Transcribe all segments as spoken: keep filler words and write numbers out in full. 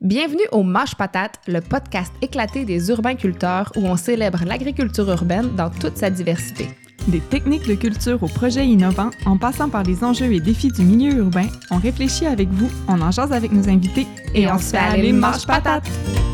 Bienvenue au Mâche Patate, le podcast éclaté des urbainculteurs où on célèbre l'agriculture urbaine dans toute sa diversité. Des techniques de culture aux projets innovants, en passant par les enjeux et défis du milieu urbain, on réfléchit avec vous, on en jase avec nos invités et, et on, on se fait aller Mâche Patate!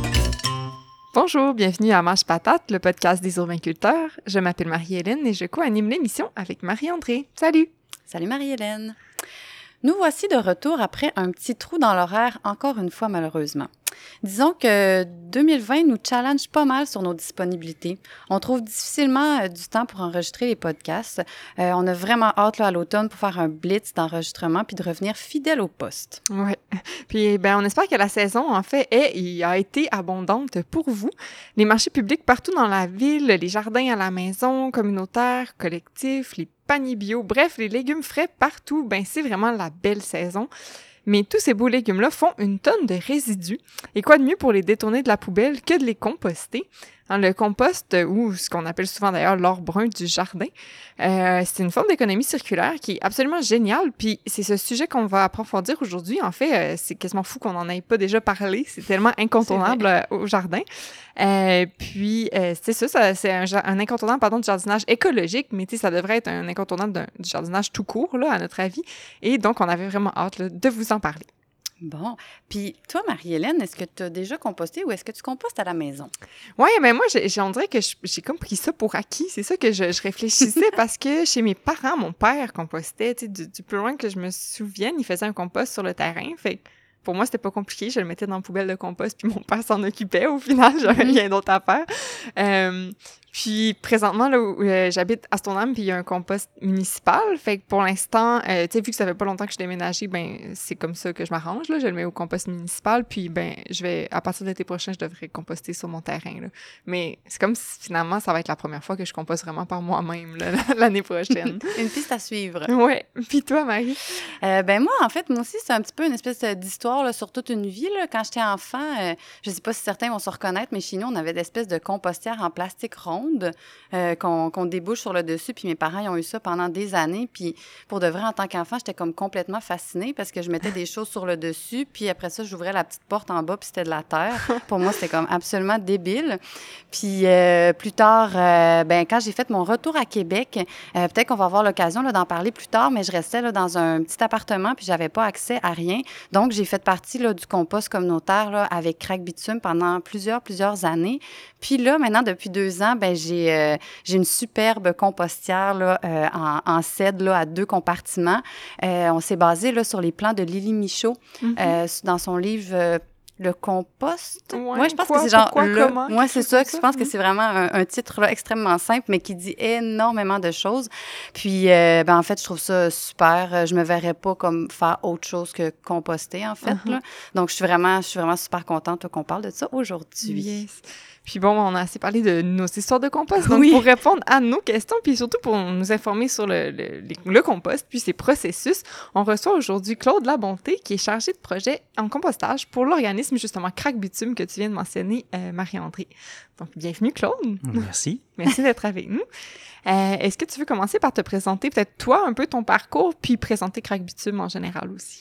Bonjour, bienvenue à Mâche Patate, le podcast des urbainculteurs. Je m'appelle Marie-Hélène et je co-anime l'émission avec Marie-André. Salut! Salut Marie-Hélène! Nous voici de retour après un petit trou dans l'horaire, encore une fois malheureusement. Disons que deux mille vingt nous challenge pas mal sur nos disponibilités. On trouve difficilement euh, du temps pour enregistrer les podcasts. Euh, on a vraiment hâte là, à l'automne pour faire un blitz d'enregistrement puis de revenir fidèle au poste. Oui. Puis ben on espère que la saison, en fait, est et a été abondante pour vous. Les marchés publics partout dans la ville, les jardins à la maison, communautaires, collectifs, les paniers bio, bref, les légumes frais partout, ben c'est vraiment la belle saison. Mais tous ces beaux légumes-là font une tonne de résidus. Et quoi de mieux pour les détourner de la poubelle que de les composter? Hein, le compost, ou ce qu'on appelle souvent d'ailleurs l'or brun du jardin, euh, c'est une forme d'économie circulaire qui est absolument géniale. Puis c'est ce sujet qu'on va approfondir aujourd'hui. En fait, euh, c'est quasiment fou qu'on n'en ait pas déjà parlé. C'est tellement incontournable euh, au jardin. Euh, puis euh, c'est ça, ça c'est un, un incontournable pardon, du jardinage écologique, mais ça devrait être un incontournable d'un, du jardinage tout court, là, à notre avis. Et donc, on avait vraiment hâte là, de vous en parler. Bon. Puis toi, Marie-Hélène, est-ce que tu as déjà composté ou est-ce que tu compostes à la maison? Oui, mais moi, j'ai, j'ai, on dirait que je, j'ai comme pris ça pour acquis. C'est ça que je, je réfléchissais parce que chez mes parents, mon père compostait. Tu sais, du, du plus loin que je me souvienne, il faisait un compost sur le terrain. Fait que pour moi, c'était pas compliqué. Je le mettais dans la poubelle de compost puis mon père s'en occupait. Au final, j'avais rien d'autre à faire. Euh, Puis, présentement, là où euh, j'habite à Stoneham, puis il y a un compost municipal. Fait que pour l'instant, euh, tu sais, vu que ça fait pas longtemps que je suis déménagée, ben c'est comme ça que je m'arrange, là. Je le mets au compost municipal, puis ben je vais, à partir de l'été prochain, je devrais composter sur mon terrain, là. Mais c'est comme si, finalement, ça va être la première fois que je composte vraiment par moi-même, là, l'année prochaine. Une piste à suivre. Ouais. Puis toi, Marie? Euh, ben moi, en fait, moi aussi, c'est un petit peu une espèce d'histoire là, sur toute une vie, là. Quand j'étais enfant, euh, je sais pas si certains vont se reconnaître, mais chez nous, on avait des espèces de compostières en plastique rond. Euh, qu'on, qu'on débouche sur le dessus, puis mes parents ils ont eu ça pendant des années, puis pour de vrai, en tant qu'enfant, j'étais comme complètement fascinée parce que je mettais des choses sur le dessus, puis après ça, j'ouvrais la petite porte en bas, puis c'était de la terre. Pour moi, c'était comme absolument débile. Puis euh, plus tard, euh, ben quand j'ai fait mon retour à Québec, euh, peut-être qu'on va avoir l'occasion là, d'en parler plus tard, mais je restais là, dans un petit appartement, puis j'avais pas accès à rien. Donc, j'ai fait partie là, du compost communautaire là, avec Crac Bitume pendant plusieurs, plusieurs années. Puis là, maintenant, depuis deux ans, ben j'ai, euh, j'ai une superbe compostière là, euh, en, en cèdre là, à deux compartiments. Euh, on s'est basé là, sur les plans de Lily Michaud mm-hmm. euh, dans son livre euh, Le compost. Ouais, ouais, je pense quoi, que c'est genre pourquoi, le... comment? Moi, c'est ça. Je pense que c'est vraiment un, un titre là, extrêmement simple, mais qui dit énormément de choses. Puis, euh, ben en fait, je trouve ça super. Je me verrais pas comme faire autre chose que composter, en fait. Uh-huh. Là. Donc, je suis vraiment, je suis vraiment super contente qu'on parle de ça aujourd'hui. Yes. Puis bon, on a assez parlé de nos histoires de compost. Donc, oui. pour répondre à nos questions, puis surtout pour nous informer sur le, le, le compost, puis ses processus, on reçoit aujourd'hui Claude Labonté, qui est chargé de projet en compostage pour l'organisme, justement, Crac Bitume, que tu viens de mentionner, euh, Marie-André. Donc, bienvenue, Claude. Merci. Merci d'être avec nous. Euh, est-ce que tu veux commencer par te présenter, peut-être toi, un peu ton parcours, puis présenter Crac Bitume en général aussi?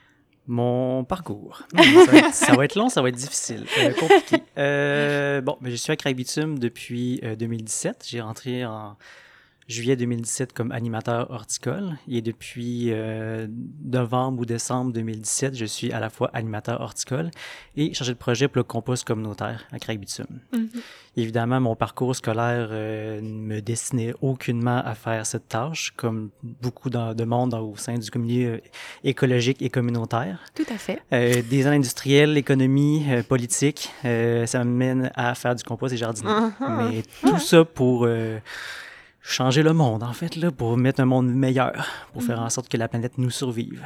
Mon parcours. Ça va, être, ça va être long, ça va être difficile, euh, compliqué. Euh, bon, ben, je suis à Crac Bitume depuis euh, deux mille dix-sept. J'ai rentré en juillet deux mille dix-sept comme animateur horticole. Et depuis euh, novembre ou décembre deux mille dix-sept, je suis à la fois animateur horticole et chargé de projet pour le compost communautaire à Crac Bitume. Mm-hmm. Évidemment, mon parcours scolaire euh, ne me destinait aucunement à faire cette tâche, comme beaucoup dans, de monde dans, au sein du milieu écologique et communautaire. Tout à fait. Euh, design industriel, économie, euh, politique, euh, ça me mène à faire du compost et jardiner. Uh-huh. Mais tout ça pour euh, changer le monde, en fait, là, pour mettre un monde meilleur, pour mm. faire en sorte que la planète nous survive.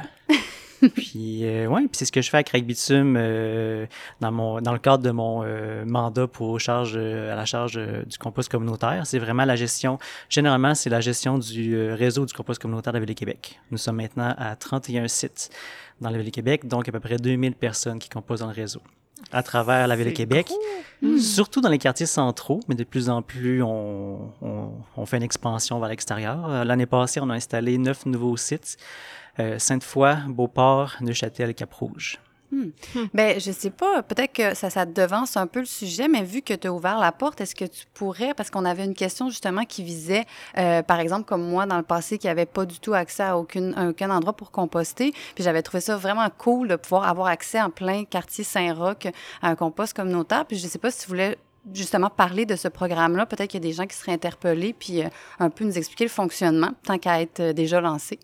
Puis, euh, ouais, puis c'est ce que je fais à Crac Bitume euh, dans, mon, dans le cadre de mon euh, mandat pour charge, euh, à la charge euh, du compost communautaire. C'est vraiment la gestion, généralement, c'est la gestion du euh, réseau du compost communautaire de la Ville-de-Québec. Nous sommes maintenant à trente et un sites dans la Ville-de-Québec, donc à peu près deux mille personnes qui composent dans le réseau à travers la Ville-de-Québec, mmh. surtout dans les quartiers centraux, mais de plus en plus, on, on, on fait une expansion vers l'extérieur. L'année passée, on a installé neuf nouveaux sites, euh, Sainte-Foy, Beauport, Neuchâtel, Cap-Rouge. Hmm. Hmm. Bien, je sais pas, peut-être que ça, ça te devance un peu le sujet, mais vu que tu as ouvert la porte, est-ce que tu pourrais, parce qu'on avait une question justement qui visait, euh, par exemple, comme moi dans le passé, qui n'avait pas du tout accès à, aucune, à aucun endroit pour composter, puis j'avais trouvé ça vraiment cool de pouvoir avoir accès en plein quartier Saint-Roch à un compost communautaire, puis je sais pas si tu voulais justement parler de ce programme-là, peut-être qu'il y a des gens qui seraient interpellés, puis euh, un peu nous expliquer le fonctionnement, tant qu'à être euh, déjà lancé.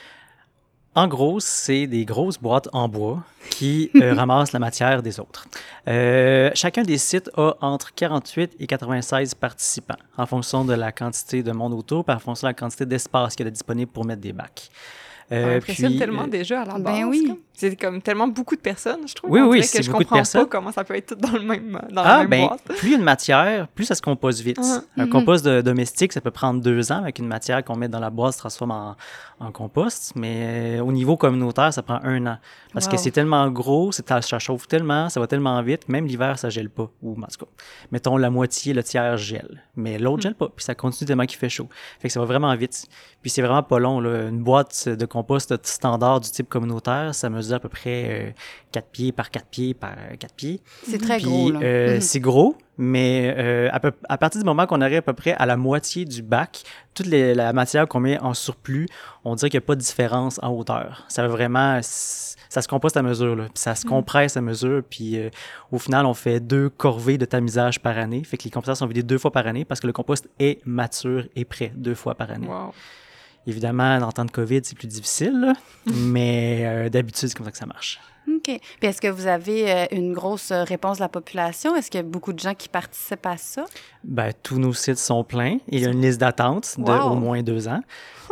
En gros, c'est des grosses boîtes en bois qui euh, ramassent la matière des autres. Euh, chacun des sites a entre quarante-huit et quatre-vingt-seize participants, en fonction de la quantité de monde autour, par en fonction de la quantité d'espace qu'il y a de disponible pour mettre des bacs. Euh, ça m'impressionne puis, tellement euh, déjà à la base. Ben oui. Comme, c'est comme tellement beaucoup de personnes, je trouve. Oui, oui, que c'est je beaucoup de comprends personnes. pas comment ça peut être tout dans, le même, dans ah, la même ben, boîte. Plus il y a de matière, plus ça se compose vite. Uh-huh. Un Mm-hmm. compost de, domestique, ça peut prendre deux ans avec une matière qu'on met dans la boîte se transforme en, en compost. Mais euh, au niveau communautaire, ça prend un an. Parce Wow. que c'est tellement gros, c'est, ça chauffe tellement, ça va tellement vite, même l'hiver, ça gèle pas. Ou en tout cas, mettons la moitié, le tiers gèle. Mais l'autre Mm. gèle pas, puis ça continue tellement qu'il fait chaud. Fait que ça va vraiment vite. Puis c'est vraiment pas long, là. Une boîte de compost standard du type communautaire, ça mesure à peu près euh, quatre pieds par quatre pieds par quatre pieds. C'est très Puis, gros, là. euh, Mhm. c'est gros, mais euh, à, peu, à partir du moment qu'on arrive à peu près à la moitié du bac, toute les, la matière qu'on met en surplus, on dirait qu'il n'y a pas de différence en hauteur. Ça va vraiment... Ça se composte à mesure, là. Puis ça se compresse à mesure, puis euh, au final, on fait deux corvées de tamisage par année. Fait que les composteurs sont vidés deux fois par année parce que le compost est mature et prêt deux fois par année. Wow. Évidemment, dans le temps de COVID, c'est plus difficile, là, mais euh, d'habitude, c'est comme ça que ça marche. OK. Puis est-ce que vous avez euh, une grosse euh, réponse de la population? Est-ce qu'il y a beaucoup de gens qui participent à ça? Ben, tous nos sites sont pleins. Il y a une liste d'attente de Wow. au moins deux ans.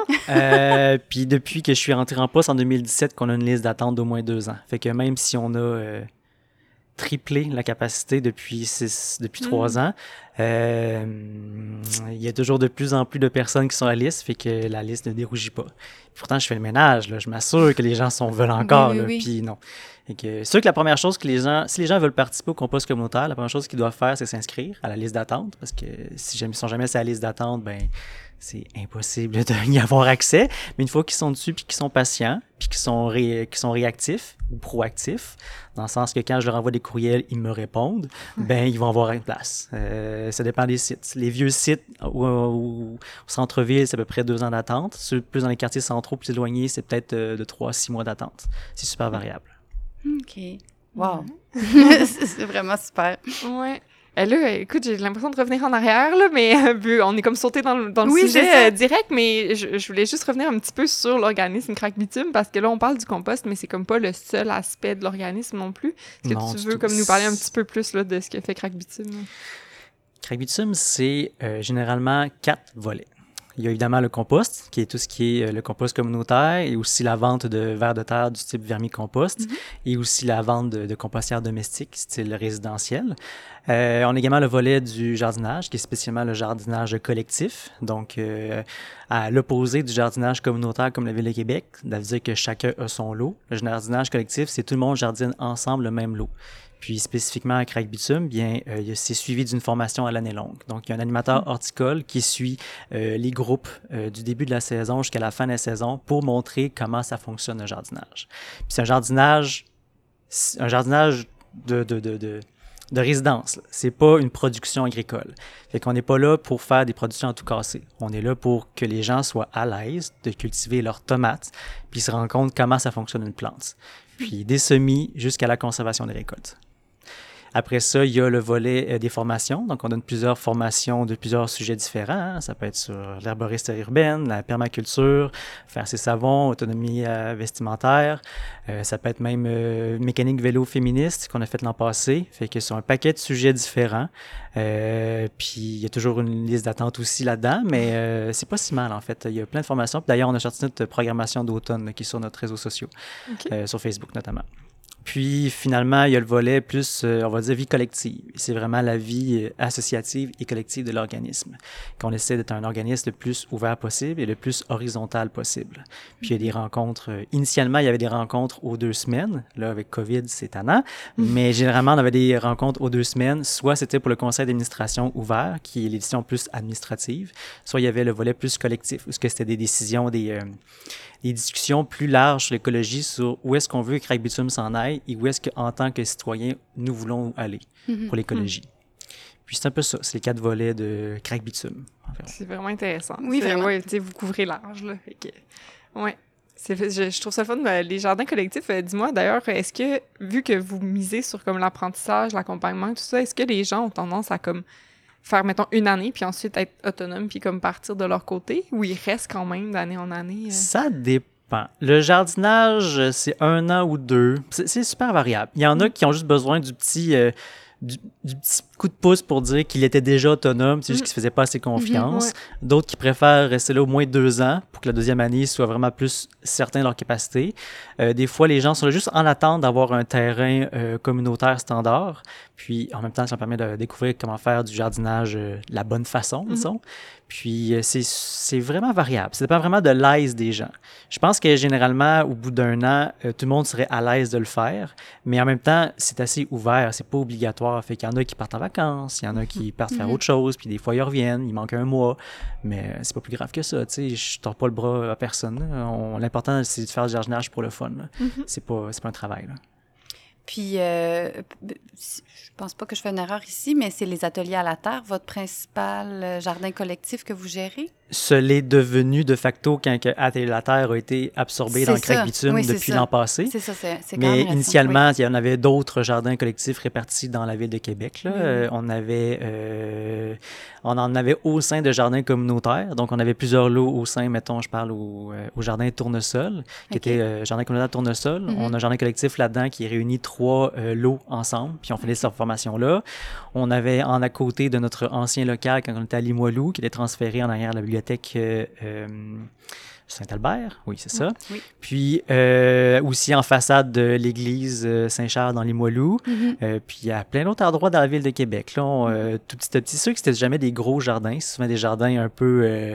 euh, puis depuis que je suis rentré en poste en deux mille dix-sept, qu'on a une liste d'attente d'au moins deux ans. Fait que même si on a euh, triplé la capacité depuis six, depuis trois ans, euh, il y a toujours de plus en plus de personnes qui sont à la liste, fait que la liste ne dérougit pas. Pourtant, je fais le ménage, là, je m'assure que les gens sont, veulent encore, Oui, oui, là, oui. puis non. Et que, c'est sûr que la première chose que les gens, si les gens veulent participer au compost communautaire, la première chose qu'ils doivent faire, c'est s'inscrire à la liste d'attente, parce que si jamais, ils sont jamais sur la liste d'attente, ben c'est impossible d'y avoir accès. Mais une fois qu'ils sont dessus, puis qu'ils sont patients, puis qu'ils sont, ré, qu'ils sont réactifs ou proactifs, dans le sens que quand je leur envoie des courriels, ils me répondent, ben ils vont avoir une place. Euh, ça dépend des sites. Les vieux sites au, au, au centre-ville, c'est à peu près deux ans d'attente. Ceux plus dans les quartiers centraux, plus éloignés, c'est peut-être euh, de trois à six mois d'attente. C'est super variable. OK. Wow. c'est c'est vraiment super. Ouais. Et là, écoute, j'ai l'impression de revenir en arrière, là, mais euh, on est comme sauté dans, le- dans le Oui, c'est sujet ça. euh, direct, mais je, je voulais juste revenir un petit peu sur l'organisme Crack-Bitume, parce que là, on parle du compost, mais c'est comme pas le seul aspect de l'organisme non plus. Est-ce que Non, tu du veux tout. comme nous parler un petit peu plus là, de ce que fait Crack-Bitume? Crack-Bitume, c'est euh, généralement quatre volets. Il y a évidemment le compost, qui est tout ce qui est euh, le compost communautaire, et aussi la vente de vers de terre du type vermicompost, mm-hmm. et aussi la vente de, de compostières domestiques, style résidentiel. Euh, on a également le volet du jardinage, qui est spécialement le jardinage collectif, donc euh, à l'opposé du jardinage communautaire comme la Ville de Québec, ça veut dire que chacun a son lot. Le jardinage collectif, c'est tout le monde jardine ensemble le même lot. Puis spécifiquement à Crack-Bitume, bien, euh, c'est suivi d'une formation à l'année longue. Donc, il y a un animateur horticole qui suit euh, les groupes euh, du début de la saison jusqu'à la fin de la saison pour montrer comment ça fonctionne le jardinage. Puis c'est un jardinage, un jardinage de, de, de, de, de résidence. Là. C'est pas une production agricole. Fait qu'on n'est pas là pour faire des productions à tout casser. On est là pour que les gens soient à l'aise de cultiver leurs tomates, puis se rendent compte comment ça fonctionne une plante. Puis des semis jusqu'à la conservation des récoltes. Après ça, il y a le volet euh, des formations. Donc, on donne plusieurs formations de plusieurs sujets différents. Hein. Ça peut être sur l'herboristerie urbaine, la permaculture, faire ses savons, autonomie euh, vestimentaire. Euh, ça peut être même euh, mécanique vélo féministe qu'on a fait l'an passé. Fait que sur un paquet de sujets différents. Euh, puis, il y a toujours une liste d'attente aussi là-dedans, mais euh, c'est pas si mal, en fait. Il y a plein de formations. Puis d'ailleurs, on a sorti notre programmation d'automne là, qui est sur notre réseaux sociaux, okay. euh, sur Facebook notamment. Puis, finalement, il y a le volet plus, euh, on va dire, vie collective. C'est vraiment la vie euh, associative et collective de l'organisme. Qu'on essaie d'être un organisme le plus ouvert possible et le plus horizontal possible. Puis, il y a des rencontres. Euh, initialement, il y avait des rencontres aux deux semaines. Là, avec COVID, c'est tannant. Mm-hmm. Mais généralement, on avait des rencontres aux deux semaines. Soit c'était pour le conseil d'administration ouvert, qui est l'édition plus administrative. Soit il y avait le volet plus collectif, où c'était des décisions, des... Euh, des discussions plus larges sur l'écologie, sur où est-ce qu'on veut que Crack-Bitume s'en aille, aille et où est-ce qu'en tant que citoyen, nous voulons aller Mhm. pour l'écologie. Puis c'est un peu ça, c'est les quatre volets de Crac Bitume. environ. C'est vraiment intéressant. Oui, C'est- vraiment. Ouais, tu sais, vous couvrez large, là. Fait que, ouais. C'est, je, je trouve ça fun. euh, Les jardins collectifs, euh, dis-moi d'ailleurs, est-ce que, vu que vous misez sur comme l'apprentissage, l'accompagnement, tout ça, est-ce que les gens ont tendance à comme faire, mettons, une année, puis ensuite être autonomes, puis comme partir de leur côté, ou ils restent quand même d'année en année? euh? Ça dépend. Le jardinage, c'est un an ou deux. C'est, c'est super variable. Il y en a qui ont juste besoin du petit, euh, du, du petit coup de pouce pour dire qu'il était déjà autonome, c'est juste Mhm. qu'il se faisait pas assez confiance. ouais. D'autres qui préfèrent rester là au moins deux ans pour que la deuxième année soit vraiment plus certain de leur capacité. Euh, des fois, les gens sont là juste en attente d'avoir un terrain euh, communautaire standard. Puis, en même temps, ça permet de découvrir comment faire du jardinage euh, de la bonne façon, Mhm. disons. Puis, euh, c'est, c'est vraiment variable. Ça dépend vraiment de l'aise des gens. Je pense que généralement, au bout d'un an, euh, tout le monde serait à l'aise de le faire. Mais en même temps, c'est assez ouvert, c'est pas obligatoire. Fait qu'il y en a qui partent en vacances, il y en a qui partent faire Mhm. autre chose, puis des fois, ils reviennent, il manque un mois. Mais euh, c'est pas plus grave que ça, tu sais. Je tords pas le bras à personne, là. On- l'important, c'est de faire du jardinage pour le fun, là. Mhm. C'est pas, c'est pas un travail, là. Puis, euh, p- si- je pense pas que je fais une erreur ici, mais c'est les ateliers à la terre, votre principal euh, jardin collectif que vous gérez? Ce l'est devenu de facto quand que Atelier la Terre a été absorbé dans le C'est ça. Crac Bitume Oui, c'est depuis ça. l'an passé. C'est ça, c'est c'est quand même Mais récent, initialement, il y en avait d'autres jardins collectifs répartis dans la ville de Québec. Là. Oui. Euh, on avait, euh, on en avait au sein de jardins communautaires. Donc, on avait plusieurs lots au sein, mettons, je parle au, euh, au jardin Tournesol, qui Ok. était euh, jardin communautaire Tournesol. Mhm. On a un jardin collectif là-dedans qui réunit trois euh, lots ensemble, puis on fait cette formation-là. On avait en à côté de notre ancien local, quand on était à Limoilou, qui était transféré en arrière de la bibliothèque euh, euh, Saint-Albert. Oui, c'est ça. Oui. Puis euh, aussi en façade de l'église euh, Saint-Charles dans Limoilou. oui. Mhm. Euh, puis il y a plein d'autres endroits dans la ville de Québec. Là, on, euh, tout petit à petit, c'est sûr que c'était jamais des gros jardins. C'est souvent des jardins un peu euh,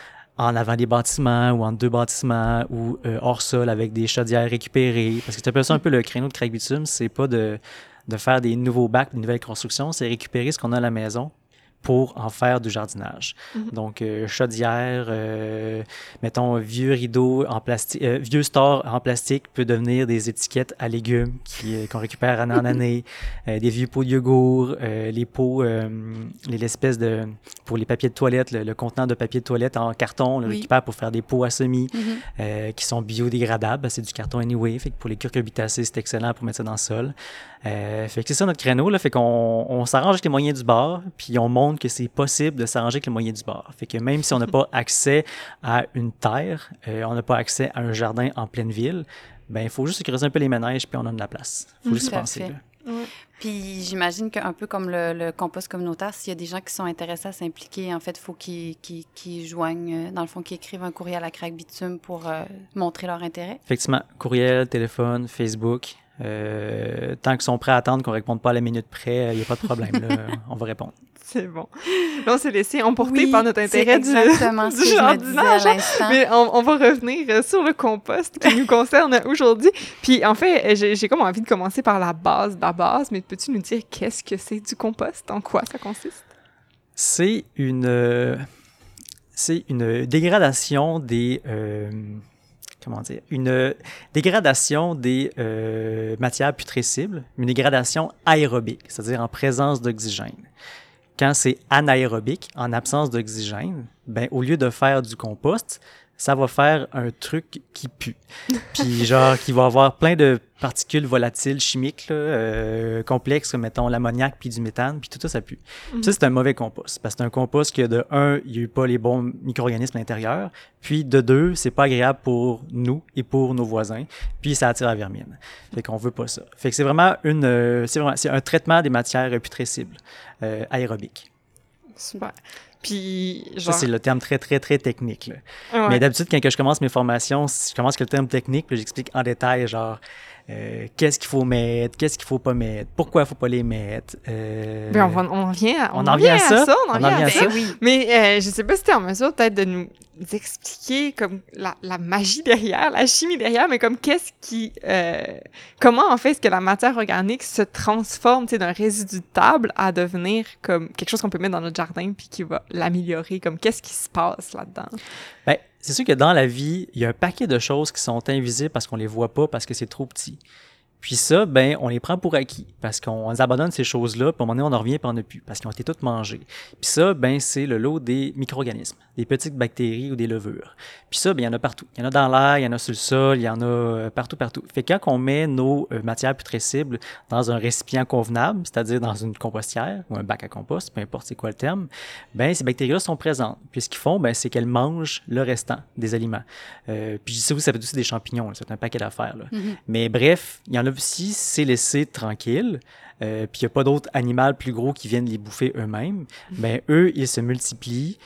en avant des bâtiments ou entre deux bâtiments ou euh, hors sol avec des chaudières récupérées. Parce que c'est un peu ça un peu le créneau de Crac Bitume, c'est pas de, de faire des nouveaux bacs, de nouvelles constructions, c'est récupérer ce qu'on a à la maison pour en faire du jardinage. Mhm. Donc, euh, chaudière, euh, mettons, vieux rideaux en plastique, euh, vieux store en plastique peut devenir des étiquettes à légumes qui, euh, qu'on récupère année en année, euh, des vieux pots de yogourt, euh, les pots, euh, les espèces de, pour les papiers de toilette, le, le contenant de papier de toilette en carton, on le Oui. récupère pour faire des pots à semis, Mhm. euh, qui sont biodégradables, c'est du carton anyway, fait que pour les cucurbitacées, c'est excellent pour mettre ça dans le sol. Euh, fait que c'est ça notre créneau, là, fait qu'on on s'arrange avec les moyens du bord, puis on montre que c'est possible de s'arranger avec les moyens du bord. Fait que même si on n'a pas accès à une terre, euh, on n'a pas accès à un jardin en pleine ville, ben il faut juste creuser un peu les manèges, puis on a de la place. Il faut juste y Tout à penser. fait. Là. Ouais. Puis j'imagine qu'un peu comme le, le compost communautaire, s'il y a des gens qui sont intéressés à s'impliquer, en fait, il faut qu'ils, qu'ils, qu'ils joignent, euh, dans le fond, qu'ils écrivent un courriel à Crac Bitume pour euh, montrer leur intérêt. Effectivement, courriel, téléphone, Facebook. Euh, tant qu'ils sont prêts à attendre qu'on ne réponde pas à la minute près, il n'y a pas de problème. Là, on va répondre. C'est bon. Là, on s'est laissé emporter Oui, par notre c'est intérêt du, exactement ce du que je me jardinage. disais à l'instant. Mais on, on va revenir euh, sur le compost qui nous concerne aujourd'hui. Puis, en fait, euh, j'ai, j'ai comme envie de commencer par la base de la base, mais peux-tu nous dire qu'est-ce que c'est du compost? En quoi ça consiste? C'est une, euh, c'est une dégradation des... euh, comment dire? Une dégradation des euh, matières putrescibles, une dégradation aérobique, c'est-à-dire en présence d'oxygène. Quand c'est anaérobique, en absence d'oxygène, ben, au lieu de faire du compost, ça va faire un truc qui pue. Puis genre, qui va avoir plein de particules volatiles chimiques là, euh, complexes, comme mettons l'ammoniac puis du méthane, puis tout ça, ça pue. Puis ça, c'est un mauvais compost. Parce que c'est un compost que de un, il n'y a eu pas les bons micro-organismes à l'intérieur, puis de deux, c'est pas agréable pour nous et pour nos voisins, puis ça attire la vermine. Fait qu'on veut pas ça. Fait que c'est vraiment une, euh, c'est vraiment, c'est un traitement des matières putrescibles, euh, aérobiques. Super. Puis, genre... Ça, c'est le terme très, très, très technique, là. Ouais. Mais d'habitude, quand que je commence mes formations, je commence avec le terme technique, puis j'explique en détail, genre, euh, qu'est-ce qu'il faut mettre, qu'est-ce qu'il faut pas mettre, pourquoi il faut pas les mettre. Euh... Ben, on, va, on, vient à, on en vient à ça. On en vient à ça. Ben oui. Mais euh, je sais pas si tu es en mesure peut-être de nous expliquer comme la, la magie derrière, la chimie derrière, mais comme qu'est-ce qui... Euh, comment en fait est-ce que la matière organique se transforme, tu sais, d'un résidu de table à devenir comme quelque chose qu'on peut mettre dans notre jardin puis qui va l'améliorer, comme qu'est-ce qui se passe là-dedans? Ben, c'est sûr que dans la vie, il y a un paquet de choses qui sont invisibles parce qu'on les voit pas, parce que c'est trop petit. Puis ça, ben, on les prend pour acquis parce qu'on abandonne ces choses-là, puis à un moment donné, on en revient, puis on n'en a plus parce qu'ils ont été toutes mangées. Puis ça, ben, c'est le lot des micro-organismes, des petites bactéries ou des levures. Puis ça, ben, il y en a partout. Il y en a dans l'air, il y en a sur le sol, il y en a euh, partout, partout. Fait que quand on met nos euh, matières putrescibles dans un récipient convenable, c'est-à-dire dans une compostière ou un bac à compost, peu importe c'est quoi le terme, ben, ces bactéries-là sont présentes. Puis ce qu'ils font, ben, c'est qu'elles mangent le restant des aliments. Euh, puis ça, ça fait aussi des champignons, là, c'est un paquet d'affaires. Là. Mm-hmm. Mais bref, il y en a aussi, c'est laissé tranquille, euh, puis il n'y a pas d'autres animaux plus gros qui viennent les bouffer eux-mêmes, mm-hmm. ben eux, ils se multiplient.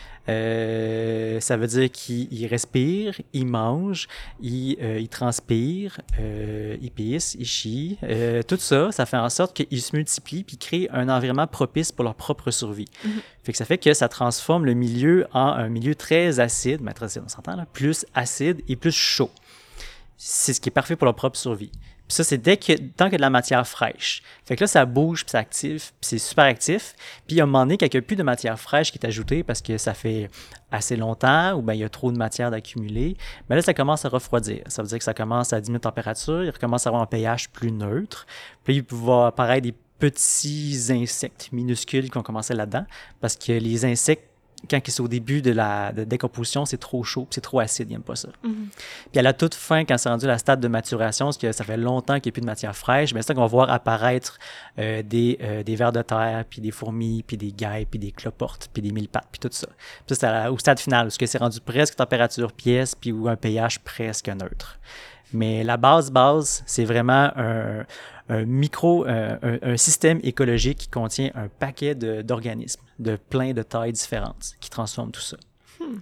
Euh, ça veut dire qu'ils respirent, ils mangent, ils, euh, ils transpirent, euh, ils pissent, ils chient. Euh, tout ça, ça fait en sorte qu'ils se multiplient puis créent un environnement propice pour leur propre survie. Mm-hmm. Fait que ça fait que ça transforme le milieu en un milieu très acide, mais très acide, on s'entend là, plus acide et plus chaud. C'est ce qui est parfait pour leur propre survie. Puis ça, c'est dès que, tant qu'il y a de la matière fraîche. Fait que là, ça bouge, puis c'est actif, puis c'est super actif. Puis à un moment donné, quand il n'y a plus de matière fraîche qui est ajoutée parce que ça fait assez longtemps ou bien il y a trop de matière d'accumuler, bien là, ça commence à refroidir. Ça veut dire que ça commence à diminuer de température, il recommence à avoir un pH plus neutre. Puis il va apparaître des petits insectes minuscules qui vont commencer là-dedans parce que les insectes, quand c'est au début de la de décomposition, c'est trop chaud, c'est trop acide, ils n'aiment pas ça. Mm-hmm. Puis à la toute fin, quand c'est rendu à la stade de maturation, parce que ça fait longtemps qu'il n'y a plus de matière fraîche, bien c'est ça qu'on va voir apparaître euh, des, euh, des vers de terre, puis des fourmis, puis des guêpes, puis des cloportes, puis des mille-pattes, puis tout ça. Puis ça, c'est à la, au stade final, parce que c'est rendu presque température pièce, puis ou un pH presque neutre. Mais la base base, c'est vraiment un, un micro, euh, un, un système écologique qui contient un paquet de, d'organismes de plein de tailles différentes qui transforment tout ça. Hmm.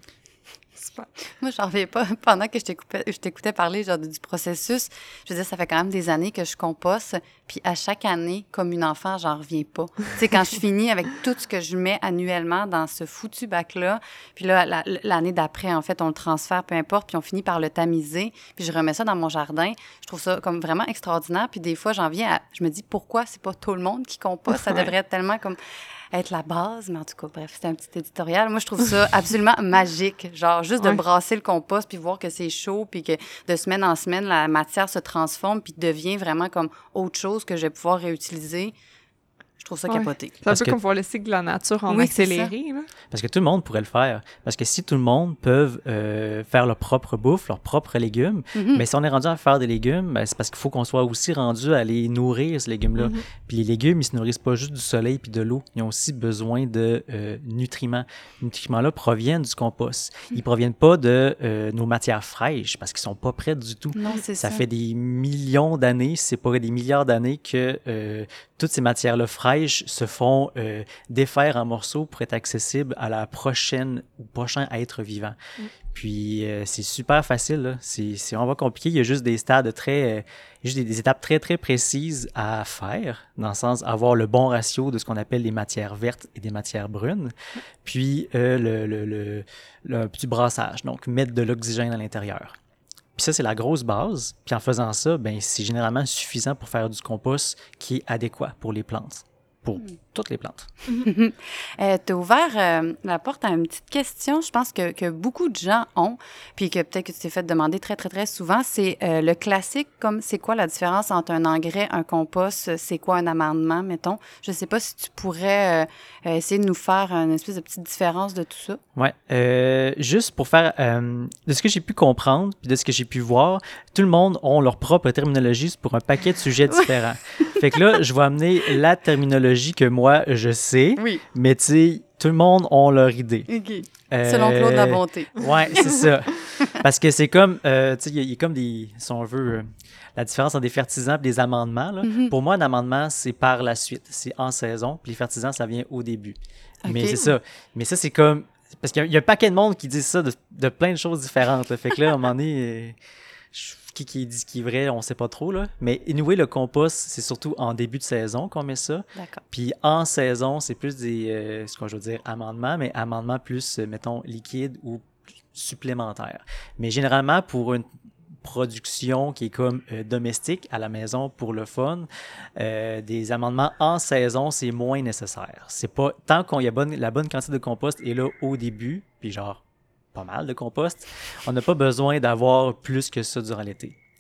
Moi, j'en reviens pas. Pendant que je t'écoutais, je t'écoutais parler genre, du processus, je veux dire, ça fait quand même des années que je composte, puis à chaque année, comme une enfant, j'en reviens pas. Tu sais, quand je finis avec tout ce que je mets annuellement dans ce foutu bac-là, puis là, la, l'année d'après, en fait, on le transfère, peu importe, puis on finit par le tamiser, puis je remets ça dans mon jardin. Je trouve ça comme vraiment extraordinaire, puis des fois, j'en viens à... Je me dis, pourquoi c'est pas tout le monde qui composte? Ça devrait être tellement comme... être la base, mais en tout cas, bref, c'était un petit éditorial. Moi, je trouve ça absolument magique, genre juste de ouais. brasser le compost puis voir que c'est chaud puis que de semaine en semaine, la matière se transforme puis devient vraiment comme autre chose que je vais pouvoir réutiliser. Je trouve ça ouais. capoté. C'est un peu que... comme voir le cycle de la nature en oui, accéléré. Là. Parce que tout le monde pourrait le faire. Parce que si tout le monde peut euh, faire leur propre bouffe, leurs propres légumes, mm-hmm. mais si on est rendu à faire des légumes, ben, c'est parce qu'il faut qu'on soit aussi rendu à les nourrir, ces légumes-là. Mm-hmm. Puis les légumes, ils se nourrissent pas juste du soleil puis de l'eau. Ils ont aussi besoin de euh, nutriments. Les nutriments-là proviennent du compost. Mm-hmm. Ils proviennent pas de euh, nos matières fraîches parce qu'ils sont pas prêts du tout. Non, c'est ça. Ça fait des millions d'années, si c'est pas des milliards d'années que euh, toutes ces matières-là fraîches se font euh, défaire en morceaux pour être accessibles à la prochaine ou prochain être vivant. Mm. Puis euh, c'est super facile, là. C'est, c'est vraiment compliqué. Il y a juste des stades très, euh, juste des, des étapes très très précises à faire, dans le sens avoir le bon ratio de ce qu'on appelle les matières vertes et des matières brunes. Mm. Puis euh, le, le, le, le petit brassage, donc mettre de l'oxygène à l'intérieur. Puis ça, c'est la grosse base. Puis en faisant ça, ben c'est généralement suffisant pour faire du compost qui est adéquat pour les plantes. Pour toutes les plantes. euh, tu as ouvert euh, la porte à une petite question, je pense que, que beaucoup de gens ont, puis que peut-être que tu t'es fait demander très, très, très souvent, c'est euh, le classique, comme c'est quoi la différence entre un engrais, un compost, c'est quoi un amendement, mettons. Je ne sais pas si tu pourrais euh, essayer de nous faire une espèce de petite différence de tout ça. Oui, euh, juste pour faire, euh, de ce que j'ai pu comprendre, puis de ce que j'ai pu voir, tout le monde a leur propre terminologie pour un paquet de sujets différents. Fait que là, je vais amener la terminologie que moi, je sais, oui. mais tu sais, tout le monde a leur idée. OK. Euh, Selon Claude La Bonté. Oui, c'est ça. Parce que c'est comme, euh, tu sais, il y, y a comme des, si on veut, euh, la différence entre des fertisans et des amendements. Là. Mm-hmm. Pour moi, un amendement, c'est par la suite. C'est en saison, puis les fertisans, ça vient au début. Okay. Mais c'est ça. Mais ça, c'est comme, parce qu'il y a, il y a un paquet de monde qui dit ça de, de plein de choses différentes. Là. Fait que là, à un moment donné, euh, je, qui, qui dit ce qui est vrai, on sait pas trop, là. Mais anyway, le compost, c'est surtout en début de saison qu'on met ça. D'accord. Puis en saison, c'est plus des, euh, ce que je veux dire, amendements, mais amendements plus, euh, mettons, liquides ou supplémentaires. Mais généralement, pour une production qui est comme euh, domestique à la maison pour le fun, euh, des amendements en saison, c'est moins nécessaire. C'est pas, tant qu'on y a bonne, la bonne quantité de compost est là au début, puis genre, pas mal de compost, on n'a pas besoin d'avoir plus que ça durant l'été.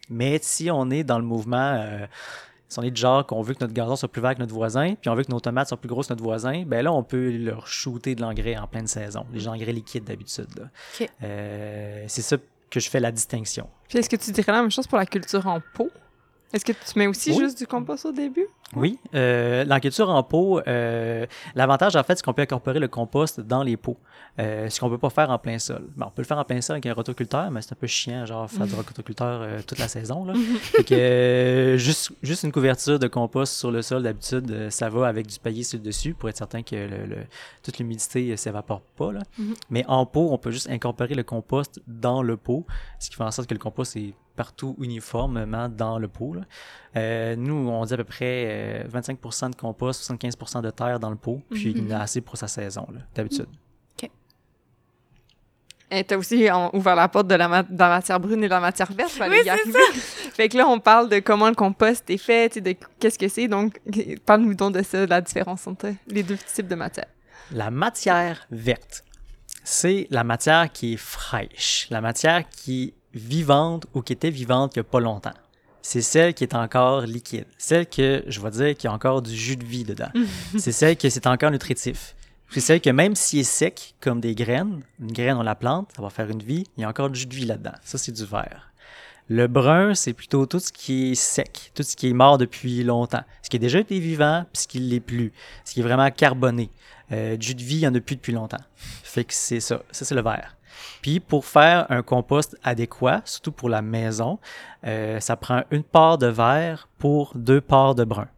Mais si on est dans le mouvement, euh, si on est du genre qu'on veut que notre gazon soit plus vert que notre voisin, puis on veut que nos tomates soient plus grosses que notre voisin, ben là, on peut leur shooter de l'engrais en pleine saison, les engrais liquides d'habitude. Là. OK. Euh, c'est ça que je fais la distinction. Puis est-ce que tu dirais la même chose pour la culture en pot? Est-ce que tu mets aussi Oui. juste du compost au début? Oui, euh, la culture en pot, euh, l'avantage en fait, c'est qu'on peut incorporer le compost dans les pots, euh, ce qu'on peut pas faire en plein sol. Bon, on peut le faire en plein sol avec un rotoculteur, mais c'est un peu chiant, genre faire du rotoculteur euh, toute la saison. Là. Fait que euh, juste, juste une couverture de compost sur le sol, d'habitude, euh, ça va avec du paillis sur le dessus pour être certain que le, le, toute l'humidité ne s'évapore pas. Là. Mm-hmm. Mais en pot, on peut juste incorporer le compost dans le pot, ce qui fait en sorte que le compost est partout uniformément dans le pot. Là. Euh, nous, on dit à peu près euh, vingt-cinq pour cent de compost, soixante-quinze pour cent de terre dans le pot, puis Mm-hmm. il y en a assez pour sa saison, là, d'habitude. Et t'as aussi on, ouvert la porte de la, ma- de la matière brune et de la matière verte. Oui, c'est ça! Fait que là, on parle de comment le compost est fait, tu sais, de qu'est-ce que c'est. Donc, parle-nous donc de ça, de la différence entre les deux types de matière. La matière verte, c'est la matière qui est fraîche, la matière qui est vivante ou qui était vivante il n'y a pas longtemps. C'est celle qui est encore liquide, celle que, je vais dire, qui a encore du jus de vie dedans. C'est celle que c'est encore nutritif. C'est celle que même s'il est sec, comme des graines, une graine, on la plante, ça va faire une vie, il y a encore du jus de vie là-dedans. Ça, c'est du vert. Le brun, c'est plutôt tout ce qui est sec, tout ce qui est mort depuis longtemps. Ce qui a déjà été vivant, puis ce qui ne l'est plus. Ce qui est vraiment carboné. Euh, du jus de vie, il n'y en a plus depuis longtemps. Fait que c'est ça. Ça, c'est le vert. Puis, pour faire un compost adéquat, surtout pour la maison, euh, ça prend une part de vert pour deux parts de brun.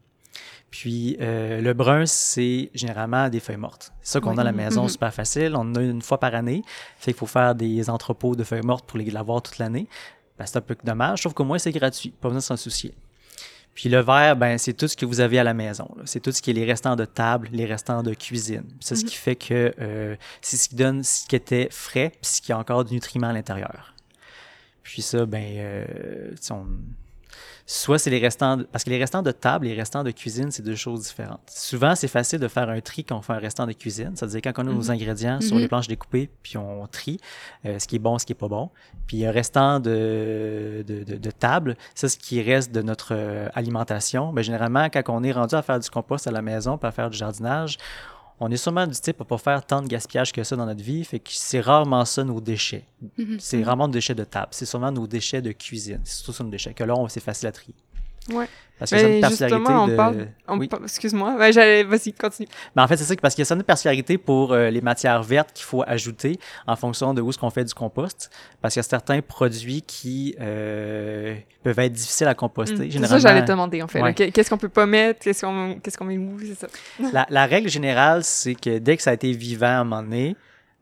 Puis, euh, le brun, c'est généralement des feuilles mortes. C'est ça qu'on Oui. a à la maison, Mm-hmm. super facile. On en a une fois par année. Fait qu'il faut faire des entrepôts de feuilles mortes pour les l'avoir toute l'année. Ben, c'est un peu dommage, sauf qu'au moins, c'est gratuit. Pas besoin de s'en soucier. Puis le vert, ben, c'est tout ce que vous avez à la maison. Là. C'est tout ce qui est les restants de table, les restants de cuisine. Puis c'est mm-hmm. ce qui fait que euh, c'est ce qui donne ce qui était frais, puis ce qui a encore du nutriment à l'intérieur. Puis ça, ben, euh, on... soit c'est les restants, de... parce que les restants de table et les restants de cuisine, c'est deux choses différentes. Souvent, c'est facile de faire un tri quand on fait un restant de cuisine. C'est-à-dire quand on a mm-hmm. nos ingrédients mm-hmm. sur les planches découpées, puis on trie euh, ce qui est bon, ce qui est pas bon. Puis un restant de, de, de, de table, ça, ce qui reste de notre euh, alimentation. Ben, généralement, quand on est rendu à faire du compost à la maison, puis à faire du jardinage, on est sûrement du type à pas faire tant de gaspillage que ça dans notre vie, fait que c'est rarement ça nos déchets. Mm-hmm. C'est rarement nos déchets de table, c'est sûrement nos déchets de cuisine. C'est surtout ça nos déchets, que là, on, c'est facile à trier. Ouais. Parce que ça a une particularité on de... parle, on oui. parle, excuse-moi, ouais, j'allais, vas-y, continue. Mais en fait, c'est ça, parce qu'il y a certaines particularités pour euh, les matières vertes qu'il faut ajouter en fonction de où est-ce qu'on fait du compost. Parce qu'il y a certains produits qui euh, peuvent être difficiles à composter. Mmh. Généralement, c'est ça que j'allais te demander, en fait. Ouais. Là, qu'est-ce qu'on peut pas mettre? Qu'est-ce qu'on, qu'est-ce qu'on met où? C'est ça. La, la règle générale, c'est que dès que ça a été vivant à un moment donné,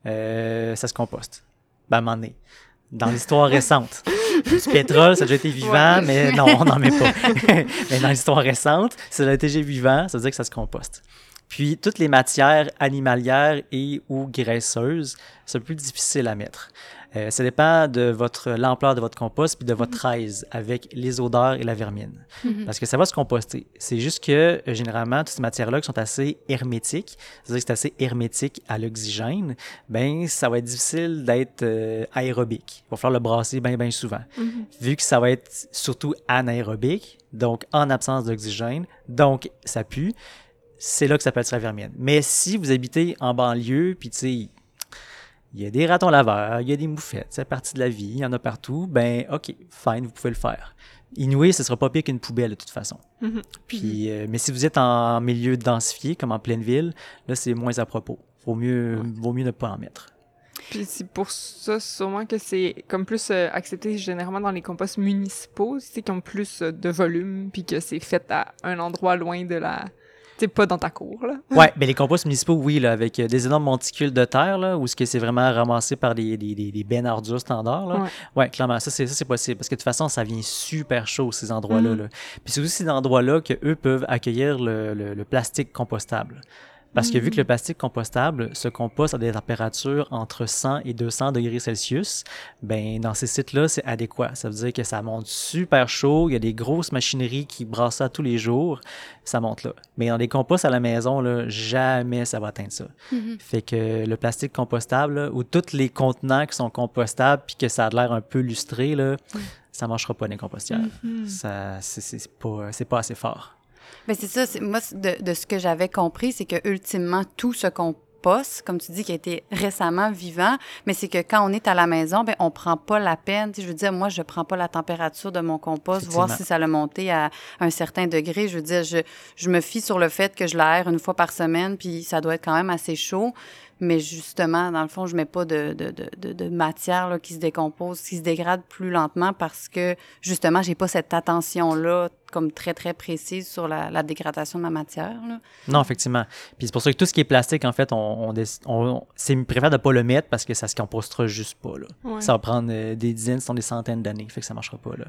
euh, ça se composte. Ben, à un moment donné. Dans l'histoire récente. Du pétrole, ça a déjà été vivant, ouais. mais non, on n'en met pas. Mais dans l'histoire récente, ça a été vivant, ça veut dire que ça se composte. Puis, toutes les matières animalières et ou graisseuses, c'est plus difficile à mettre. Euh, ça dépend de votre l'ampleur de votre compost puis de votre aise avec les odeurs et la vermine. Mm-hmm. Parce que ça va se composter. C'est juste que, euh, généralement, toutes ces matières-là qui sont assez hermétiques, c'est-à-dire que c'est assez hermétique à l'oxygène, ben ça va être difficile d'être euh, aérobique. Il va falloir le brasser bien, bien souvent. Mm-hmm. Vu que ça va être surtout anaérobique, donc en absence d'oxygène, donc ça pue, c'est là que ça peut être la vermine. Mais si vous habitez en banlieue, puis tu sais, il y a des ratons laveurs, il y a des moufettes, c'est partie de la vie, il y en a partout, ben OK, fine, vous pouvez le faire. Inouï, ce sera pas pire qu'une poubelle de toute façon. Mm-hmm. Puis, euh, mais si vous êtes en milieu densifié, comme en pleine ville, là, c'est moins à propos. Vaut mieux, ouais. vaut mieux ne pas en mettre. Puis c'est pour ça sûrement que c'est comme plus euh, accepté généralement dans les composts municipaux, c'est qui ont plus euh, de volume, puis que c'est fait à un endroit loin de la... C'est pas dans ta cour, là. Ouais, mais les composts municipaux, oui, là, avec euh, des énormes monticules de terre, là, où ce que c'est vraiment ramassé par des, des, des, des bennes ordures standards, là. Ouais. ouais, clairement, ça c'est, ça, c'est possible. Parce que de toute façon, ça vient super chaud, ces endroits-là. Mm. Là. Puis c'est aussi ces endroits-là qu'eux peuvent accueillir le, le, le plastique compostable. Parce que vu que le plastique compostable se composte à des températures entre cent et deux cents degrés Celsius, ben dans ces sites-là, c'est adéquat. Ça veut dire que ça monte super chaud, il y a des grosses machineries qui brassent ça tous les jours, ça monte là. Mais dans des composts à la maison, là, jamais ça va atteindre ça. Mm-hmm. Fait que le plastique compostable, là, ou tous les contenants qui sont compostables puis que ça a l'air un peu lustré, là, mm. ça ne marchera pas dans les compostières. Mm-hmm. Ça, c'est, c'est, pas, c'est pas assez fort. Bien, c'est ça. C'est, moi, de, de ce que j'avais compris, c'est que ultimement tout ce compost, comme tu dis, qui a été récemment vivant, mais c'est que quand on est à la maison, bien, on prend pas la peine. Tu sais, je veux dire, moi, je prends pas la température de mon compost, voir si ça a monté à un certain degré. Je veux dire, je, je me fie sur le fait que je l'aère une fois par semaine, puis ça doit être quand même assez chaud. Mais justement, dans le fond, je mets pas de, de, de, de matière là, qui se décompose, qui se dégrade plus lentement parce que, justement, j'ai pas cette attention-là comme très, très précise sur la, la dégradation de ma matière. Là. Non, effectivement. Puis c'est pour ça que tout ce qui est plastique, en fait, on, on, on c'est préfère de pas le mettre parce que ça se compostera juste pas. Là. Ouais. Ça va prendre euh, des dizaines, sinon des centaines d'années. Fait que ça marchera pas, là.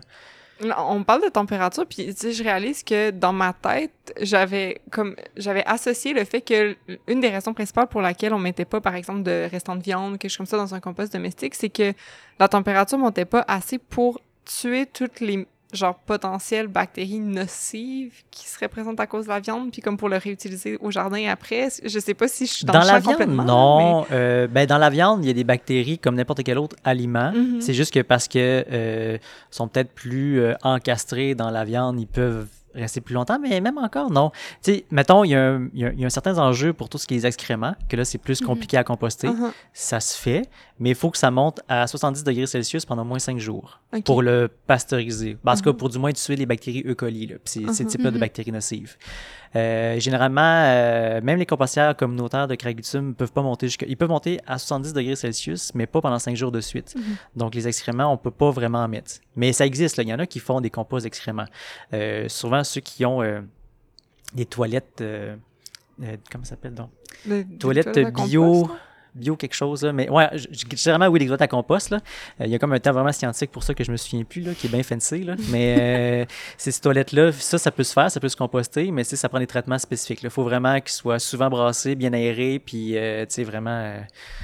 On parle de température, puis tu sais, je réalise que dans ma tête, j'avais comme j'avais associé le fait que une des raisons principales pour laquelle on mettait pas, par exemple, de restants de viande, quelque chose comme ça dans un compost domestique, c'est que la température montait pas assez pour tuer toutes les genre potentielles bactéries nocives qui seraient présentes à cause de la viande, puis comme pour le réutiliser au jardin après. Je sais pas si je suis dans, dans le la champ viande, complètement. Non. Mais... Euh, ben dans la viande, il y a des bactéries comme n'importe quel autre aliment. Mm-hmm. C'est juste que parce que euh, sont peut-être plus euh, encastrés dans la viande, ils peuvent rester plus longtemps, mais même encore, non. Tu sais, mettons, il y, a un, il, y a, il y a un certain enjeu pour tout ce qui est les excréments, que là, c'est plus compliqué mm-hmm. à composter. Uh-huh. Ça se fait, mais il faut que ça monte à soixante-dix degrés Celsius pendant au moins cinq jours okay. pour le pasteuriser. En tout cas, uh-huh. pour du moins tuer les bactéries E. coli, là, puis uh-huh. ces types-là mm-hmm. de bactéries nocives. Euh, généralement, euh, même les compostières communautaires de Craig-Bitume peuvent pas monter jusqu'à... Ils peuvent monter à soixante-dix degrés Celsius, mais pas pendant cinq jours de suite. Mm-hmm. Donc, les excréments, on peut pas vraiment en mettre. Mais ça existe, là. Il y en a qui font des composts d'excréments. Euh, souvent, ceux qui ont euh, des toilettes... Euh, euh, comment ça s'appelle, donc? Le, toilettes toilette bio... Compost, bio quelque chose, là. Mais ouais, généralement, oui, des toilettes à compost, là. Il euh, y a comme un terme vraiment scientifique pour ça que je me souviens plus, là, qui est bien fancy, là. Mais euh, ces toilettes-là, ça, ça peut se faire, ça peut se composter, mais ça prend des traitements spécifiques. Il faut vraiment qu'ils soient souvent brassés, bien aérés, puis, euh, tu sais, vraiment euh,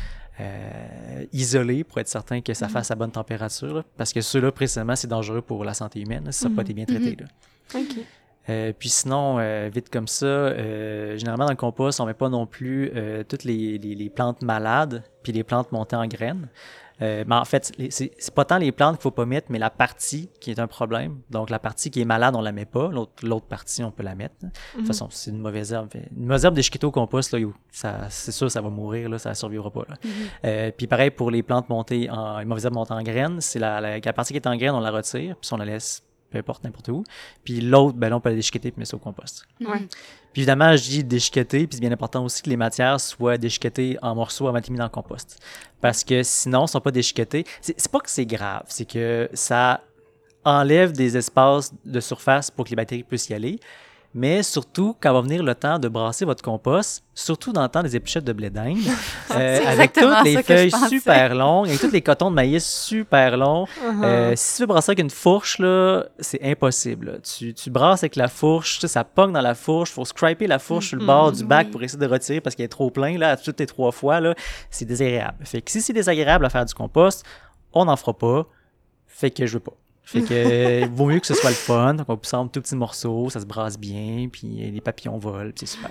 euh, isolés pour être certain que ça fasse à bonne température, là. Parce que ceux-là, précisément, c'est dangereux pour la santé humaine, là, si ça n'a pas été bien traité, là. OK. Euh, puis sinon, euh, vite comme ça, euh, généralement dans le compost, on met pas non plus euh, toutes les, les, les plantes malades puis les plantes montées en graines. Euh, mais en fait, les, c'est, c'est pas tant les plantes qu'il faut pas mettre, mais la partie qui est un problème. Donc la partie qui est malade, on la met pas. L'autre, l'autre partie, on peut la mettre. De toute mm-hmm. façon, c'est une mauvaise herbe. Une mauvaise herbe déchiquetée au compost, là, ça, c'est sûr, ça va mourir, là, ça ne survivra pas. Là. Mm-hmm. Euh, puis pareil pour les plantes montées en, les mauvaises herbes montées en graines, c'est la, la, la partie qui est en graines, on la retire, puis on la laisse peu importe, n'importe où. Puis l'autre, ben là, on peut la déchiqueter puis mettre ça au compost. Ouais. Puis évidemment, je dis déchiqueter, puis c'est bien important aussi que les matières soient déchiquetées en morceaux avant d'être mis dans le compost. Parce que sinon, elles ne sont pas déchiquetées. C'est, c'est pas que c'est grave, c'est que ça enlève des espaces de surface pour que les bactéries puissent y aller. Mais surtout, quand va venir le temps de brasser votre compost, surtout dans le temps des épluchettes de blé d'Inde, euh, avec toutes les feuilles super longues, avec tous les cotons de maïs super longs, uh-huh. euh, si tu veux brasser avec une fourche, là, c'est impossible. Là. Tu, tu brasses avec la fourche, ça pogne dans la fourche, il faut scraper la fourche mm-hmm. sur le bord du bac pour essayer de retirer parce qu'il est trop plein, là, toutes les trois fois, là, c'est désagréable. Fait que si c'est désagréable à faire du compost, on n'en fera pas, fait que je veux pas. Fait que il vaut mieux que ce soit le fun. Donc on pousse en tout petits morceaux, ça se brasse bien, puis les papillons volent, puis c'est super.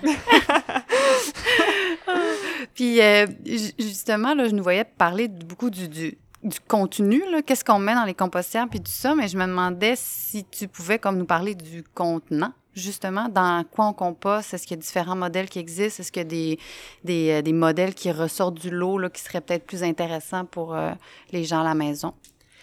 Puis euh, justement, là, je nous voyais parler beaucoup du, du, du contenu, là, qu'est-ce qu'on met dans les compostières, puis tout ça, mais je me demandais si tu pouvais comme nous parler du contenant. Justement, dans quoi on composte? Est-ce qu'il y a différents modèles qui existent? Est-ce qu'il y a des, des, des modèles qui ressortent du lot là, qui seraient peut-être plus intéressants pour euh, les gens à la maison?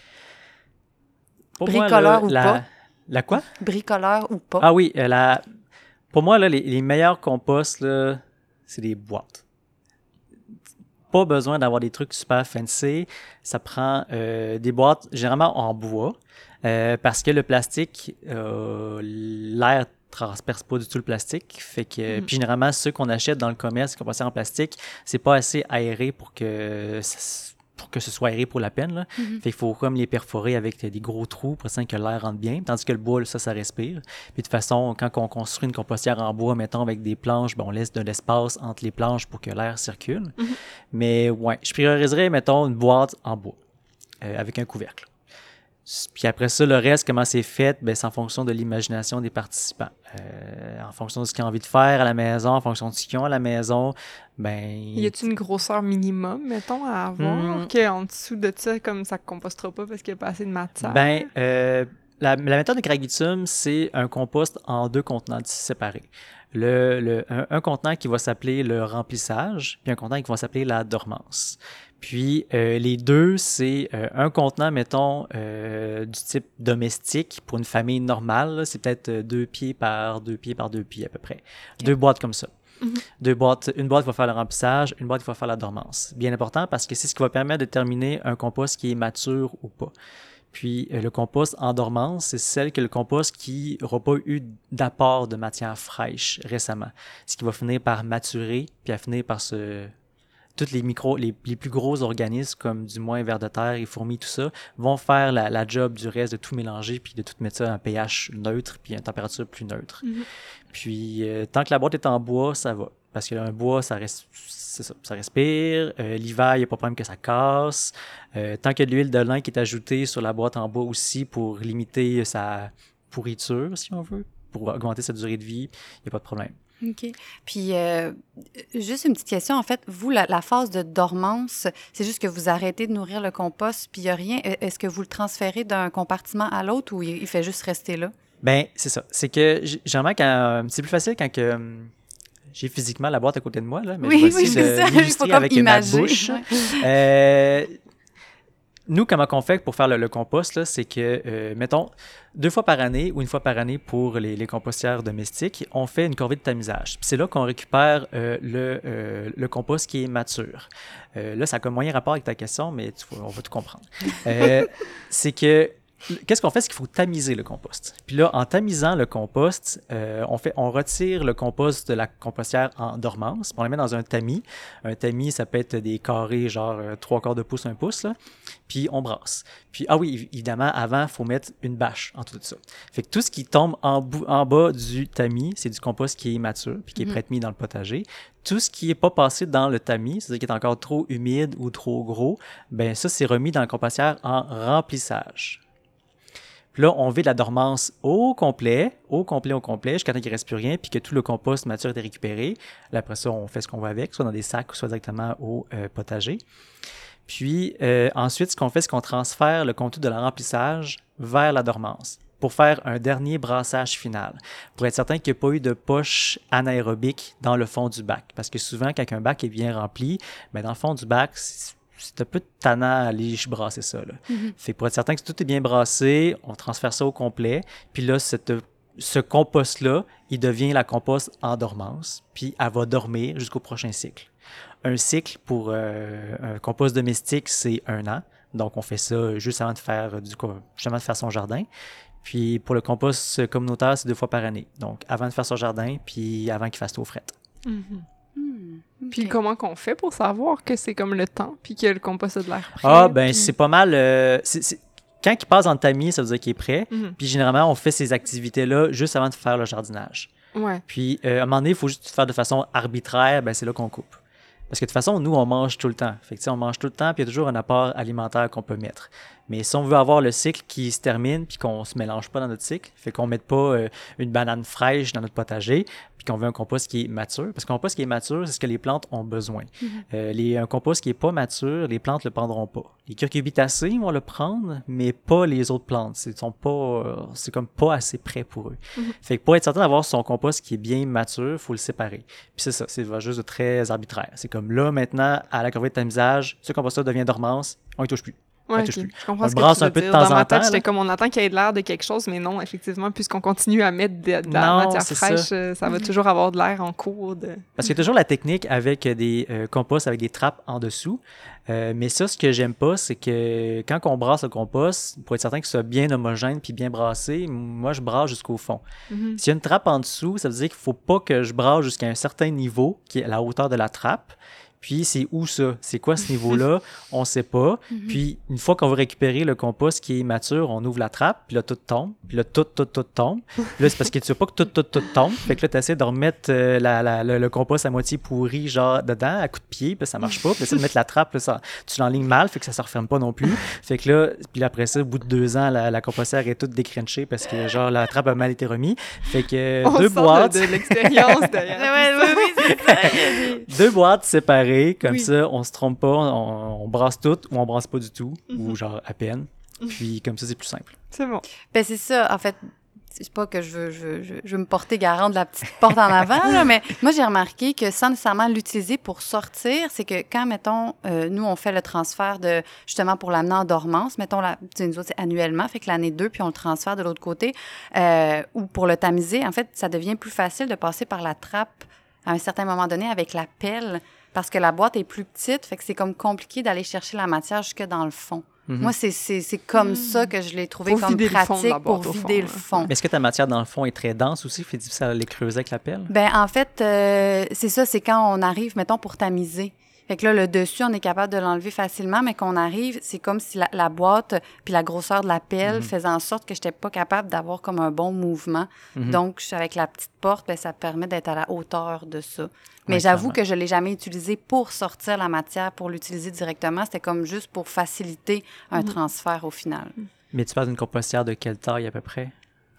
Pour Bricoleur moi, là, ou la, pas? La quoi? Bricoleur ou pas? Ah oui, euh, la, pour moi, là, les, les meilleurs composts, là, c'est des boîtes. Pas besoin d'avoir des trucs super fancy. Ça prend euh, des boîtes, généralement en bois, euh, parce que le plastique, euh, l'air transperce pas du tout le plastique. Fait que, mm. Puis généralement, ceux qu'on achète dans le commerce, les compostières en plastique, c'est pas assez aéré pour que ça, pour que ce soit aéré pour la peine. Là. Mm-hmm. Fait qu'il faut comme les perforer avec des gros trous pour que l'air rentre bien. Tandis que le bois, ça, ça respire. Puis de toute façon, quand on construit une compostière en bois, mettons avec des planches, ben, on laisse de l'espace entre les planches pour que l'air circule. Mm-hmm. Mais ouais, je prioriserais, mettons, une boîte en bois euh, avec un couvercle. Puis après ça, le reste, comment c'est fait, ben, c'est en fonction de l'imagination des participants. Euh, en fonction de ce qu'ils ont envie de faire à la maison, en fonction de ce qu'ils ont à la maison, ben... Y a-t-il une grosseur minimum, mettons, à avoir, hmm. qu'en dessous de ça, comme ça ne compostera pas parce qu'il n'y a pas assez de matière? Ben, euh, la, la méthode de Craig-Itsum, c'est un compost en deux contenants séparés. Le, le, un, un contenant qui va s'appeler le remplissage, puis un contenant qui va s'appeler la dormance. Puis euh, les deux, c'est euh, un contenant, mettons, euh, du type domestique pour une famille normale. Là, c'est peut-être deux pieds par deux pieds par deux pieds à peu près. Okay. Deux boîtes comme ça. Mm-hmm. Deux boîtes, une boîte va faire le remplissage, une boîte va faire la dormance. Bien important parce que c'est ce qui va permettre de déterminer un compost qui est mature ou pas. Puis euh, le compost en dormance, c'est celle que le compost qui n'aura pas eu d'apport de matière fraîche récemment. Ce qui va finir par maturer, puis à finir par se... Tous les micros, les, les plus gros organismes, comme du moins vers de terre et fourmis, tout ça, vont faire la, la job du reste de tout mélanger, puis de tout mettre ça à un pH neutre, puis à une température plus neutre. Mm-hmm. Puis, euh, tant que la boîte est en bois, ça va. Parce qu'un bois, ça reste, c'est ça, ça respire. Euh, l'hiver, il n'y a pas de problème que ça casse. Euh, tant qu'il y a de l'huile de lin qui est ajoutée sur la boîte en bois aussi pour limiter sa pourriture, si on veut, pour augmenter sa durée de vie, il n'y a pas de problème. OK. Puis, euh, juste une petite question. En fait, vous, la, la phase de dormance, c'est juste que vous arrêtez de nourrir le compost, puis il n'y a rien. Est-ce que vous le transférez d'un compartiment à l'autre ou il fait juste rester là? Bien, c'est ça. C'est que, généralement, quand, c'est plus facile quand que, j'ai physiquement la boîte à côté de moi, là, mais oui, je vais oui, essayer de l'illustrer avec imager. ma bouche. Ouais. Euh, nous, comment on fait pour faire le, le compost, là, c'est que, euh, mettons, deux fois par année ou une fois par année pour les, les compostières domestiques, on fait une corvée de tamisage. Puis c'est là qu'on récupère euh, le, euh, le compost qui est mature. Euh, là, ça a comme moyen rapport avec ta question, mais tu, on va tout comprendre. Euh, c'est que qu'est-ce qu'on fait? C'est qu'il faut tamiser le compost. Puis là, en tamisant le compost, euh, on, fait, on retire le compost de la compostière en dormance, puis on le met dans un tamis. Un tamis, ça peut être des carrés, genre euh, trois quarts de pouce, un pouce, là. Puis on brasse. Puis, ah oui, évidemment, avant, il faut mettre une bâche en tout ça. Fait que tout ce qui tombe en, bou- en bas du tamis, c'est du compost qui est mature, puis qui est mm-hmm. prêt mis dans le potager. Tout ce qui n'est pas passé dans le tamis, c'est-à-dire qui est encore trop humide ou trop gros, ben ça, c'est remis dans la compostière en remplissage. Puis là, on vide la dormance au complet, au complet, au complet, jusqu'à temps qu'il ne reste plus rien, puis que tout le compost mature est récupéré. Là, après ça, on fait ce qu'on veut avec, soit dans des sacs, soit directement au euh, potager. Puis euh, ensuite, ce qu'on fait, c'est qu'on transfère le contenu de la remplissage vers la dormance pour faire un dernier brassage final, pour être certain qu'il n'y a pas eu de poche anaérobique dans le fond du bac. Parce que souvent, quand un bac est bien rempli, bien, dans le fond du bac, c'est c'est un peu tannant à aller brasser ça. Là. Mm-hmm. Fait que pour être certain que tout est bien brassé, on transfère ça au complet. Puis là, cette, ce compost-là, il devient la compost en dormance. Puis elle va dormir jusqu'au prochain cycle. Un cycle pour euh, un compost domestique, c'est un an. Donc, on fait ça juste avant de faire, du, justement de faire son jardin. Puis pour le compost communautaire, c'est deux fois par année. Donc, avant de faire son jardin, puis avant qu'il fasse trop fret. Mm-hmm. Puis okay. Comment qu'on fait pour savoir que c'est comme le temps, puis que le compost a de l'air prêt? Ah, ben puis... c'est pas mal... Euh, c'est, c'est... Quand il passe dans le tamis, ça veut dire qu'il est prêt. Mm-hmm. Puis généralement, on fait ces activités-là juste avant de faire le jardinage. Ouais. Puis euh, à un moment donné, il faut juste faire de façon arbitraire, ben c'est là qu'on coupe. Parce que de toute façon, nous, on mange tout le temps. Fait que, on mange tout le temps, puis il y a toujours un apport alimentaire qu'on peut mettre. Mais si on veut avoir le cycle qui se termine, puis qu'on ne se mélange pas dans notre cycle, fait qu'on ne mette pas euh, une banane fraîche dans notre potager, puis qu'on veut un compost qui est mature. Parce qu'un compost qui est mature, c'est ce que les plantes ont besoin. Mm-hmm. Euh, les, un compost qui n'est pas mature, les plantes ne le prendront pas. Les cucurbitacées vont le prendre, mais pas les autres plantes. C'est, sont pas, euh, c'est comme pas assez prêt pour eux. Mm-hmm. Fait que pour être certain d'avoir son compost qui est bien mature, il faut le séparer. Puis c'est ça, c'est juste de très arbitraire. C'est comme là, maintenant, à la corvée de tamisage, ce compost-là devient dormance, on ne touche plus. Ouais, okay. Je comprends on ce le brasse que tu un peu dire. De temps Dans en ma tête, temps. J'étais comme on attend qu'il y ait de l'air de quelque chose, mais non, effectivement, puisqu'on continue à mettre de, de la non, matière fraîche, ça, ça va mm-hmm. toujours avoir de l'air en cours. De... Parce qu'il y a toujours la technique avec des euh, composts avec des trappes en dessous. Euh, mais ça, ce que j'aime pas, c'est que quand on brasse le compost, pour être certain que ce soit bien homogène puis bien brassé, moi, je brasse jusqu'au fond. Mm-hmm. S'il y a une trappe en dessous, ça veut dire qu'il faut pas que je brasse jusqu'à un certain niveau, qui est à la hauteur de la trappe. Puis c'est où ça? C'est quoi ce niveau-là? On sait pas. Mm-hmm. Puis une fois qu'on va récupérer le compost qui est mature, on ouvre la trappe, puis là, tout tombe. Puis là, tout, tout, tout tombe. Puis là, c'est parce que tu veux pas que tout, tout, tout tombe. Fait que là, tu essaies de remettre euh, la, la, le, le compost à moitié pourri, genre, dedans, à coups de pied, puis ça marche pas. Puis essaies de mettre la trappe, là, ça, tu l'enlignes mal, fait que ça se referme pas non plus. Fait que là, puis après ça, au bout de deux ans, la, la compostière est toute décrenchée parce que, genre, la trappe a mal été remise. Fait que on deux boîtes... de, de l'expérience derrière. Oui, oui, c'est ça. Deux boîtes séparées, comme oui. ça, on se trompe pas, on, on brasse tout ou on brasse pas du tout, mm-hmm. ou genre à peine. Puis comme ça, c'est plus simple. C'est bon. Ben c'est ça, en fait. C'est pas que je veux, je, je, je veux me porter garant de la petite porte en avant, là, mais moi, j'ai remarqué que sans nécessairement l'utiliser pour sortir, c'est que quand, mettons, euh, nous, on fait le transfert de, justement, pour l'amener en dormance, mettons, la, nous autres, c'est annuellement, fait que l'année deux, puis on le transfère de l'autre côté, euh, ou pour le tamiser, en fait, ça devient plus facile de passer par la trappe à un certain moment donné avec la pelle, parce que la boîte est plus petite, fait que c'est comme compliqué d'aller chercher la matière jusque dans le fond. Mm-hmm. Moi, c'est, c'est, c'est comme mmh. ça que je l'ai trouvé pour comme pratique pour vider le fond. Mais est-ce que ta matière dans le fond est très dense aussi? C'est difficile à les creuser avec la pelle? Bien, en fait, euh, c'est ça, c'est quand on arrive, mettons, pour tamiser. Fait que là, le dessus, on est capable de l'enlever facilement, mais qu'on arrive, c'est comme si la, la boîte puis la grosseur de la pelle mm-hmm. faisait en sorte que je n'étais pas capable d'avoir comme un bon mouvement. Mm-hmm. Donc, avec la petite porte, bien, ça permet d'être à la hauteur de ça. Mais ouais, j'avoue que je ne l'ai jamais utilisé pour sortir la matière, pour l'utiliser directement. C'était comme juste pour faciliter un mm-hmm. transfert au final. Mais tu parles d'une compostière de quelle taille à peu près?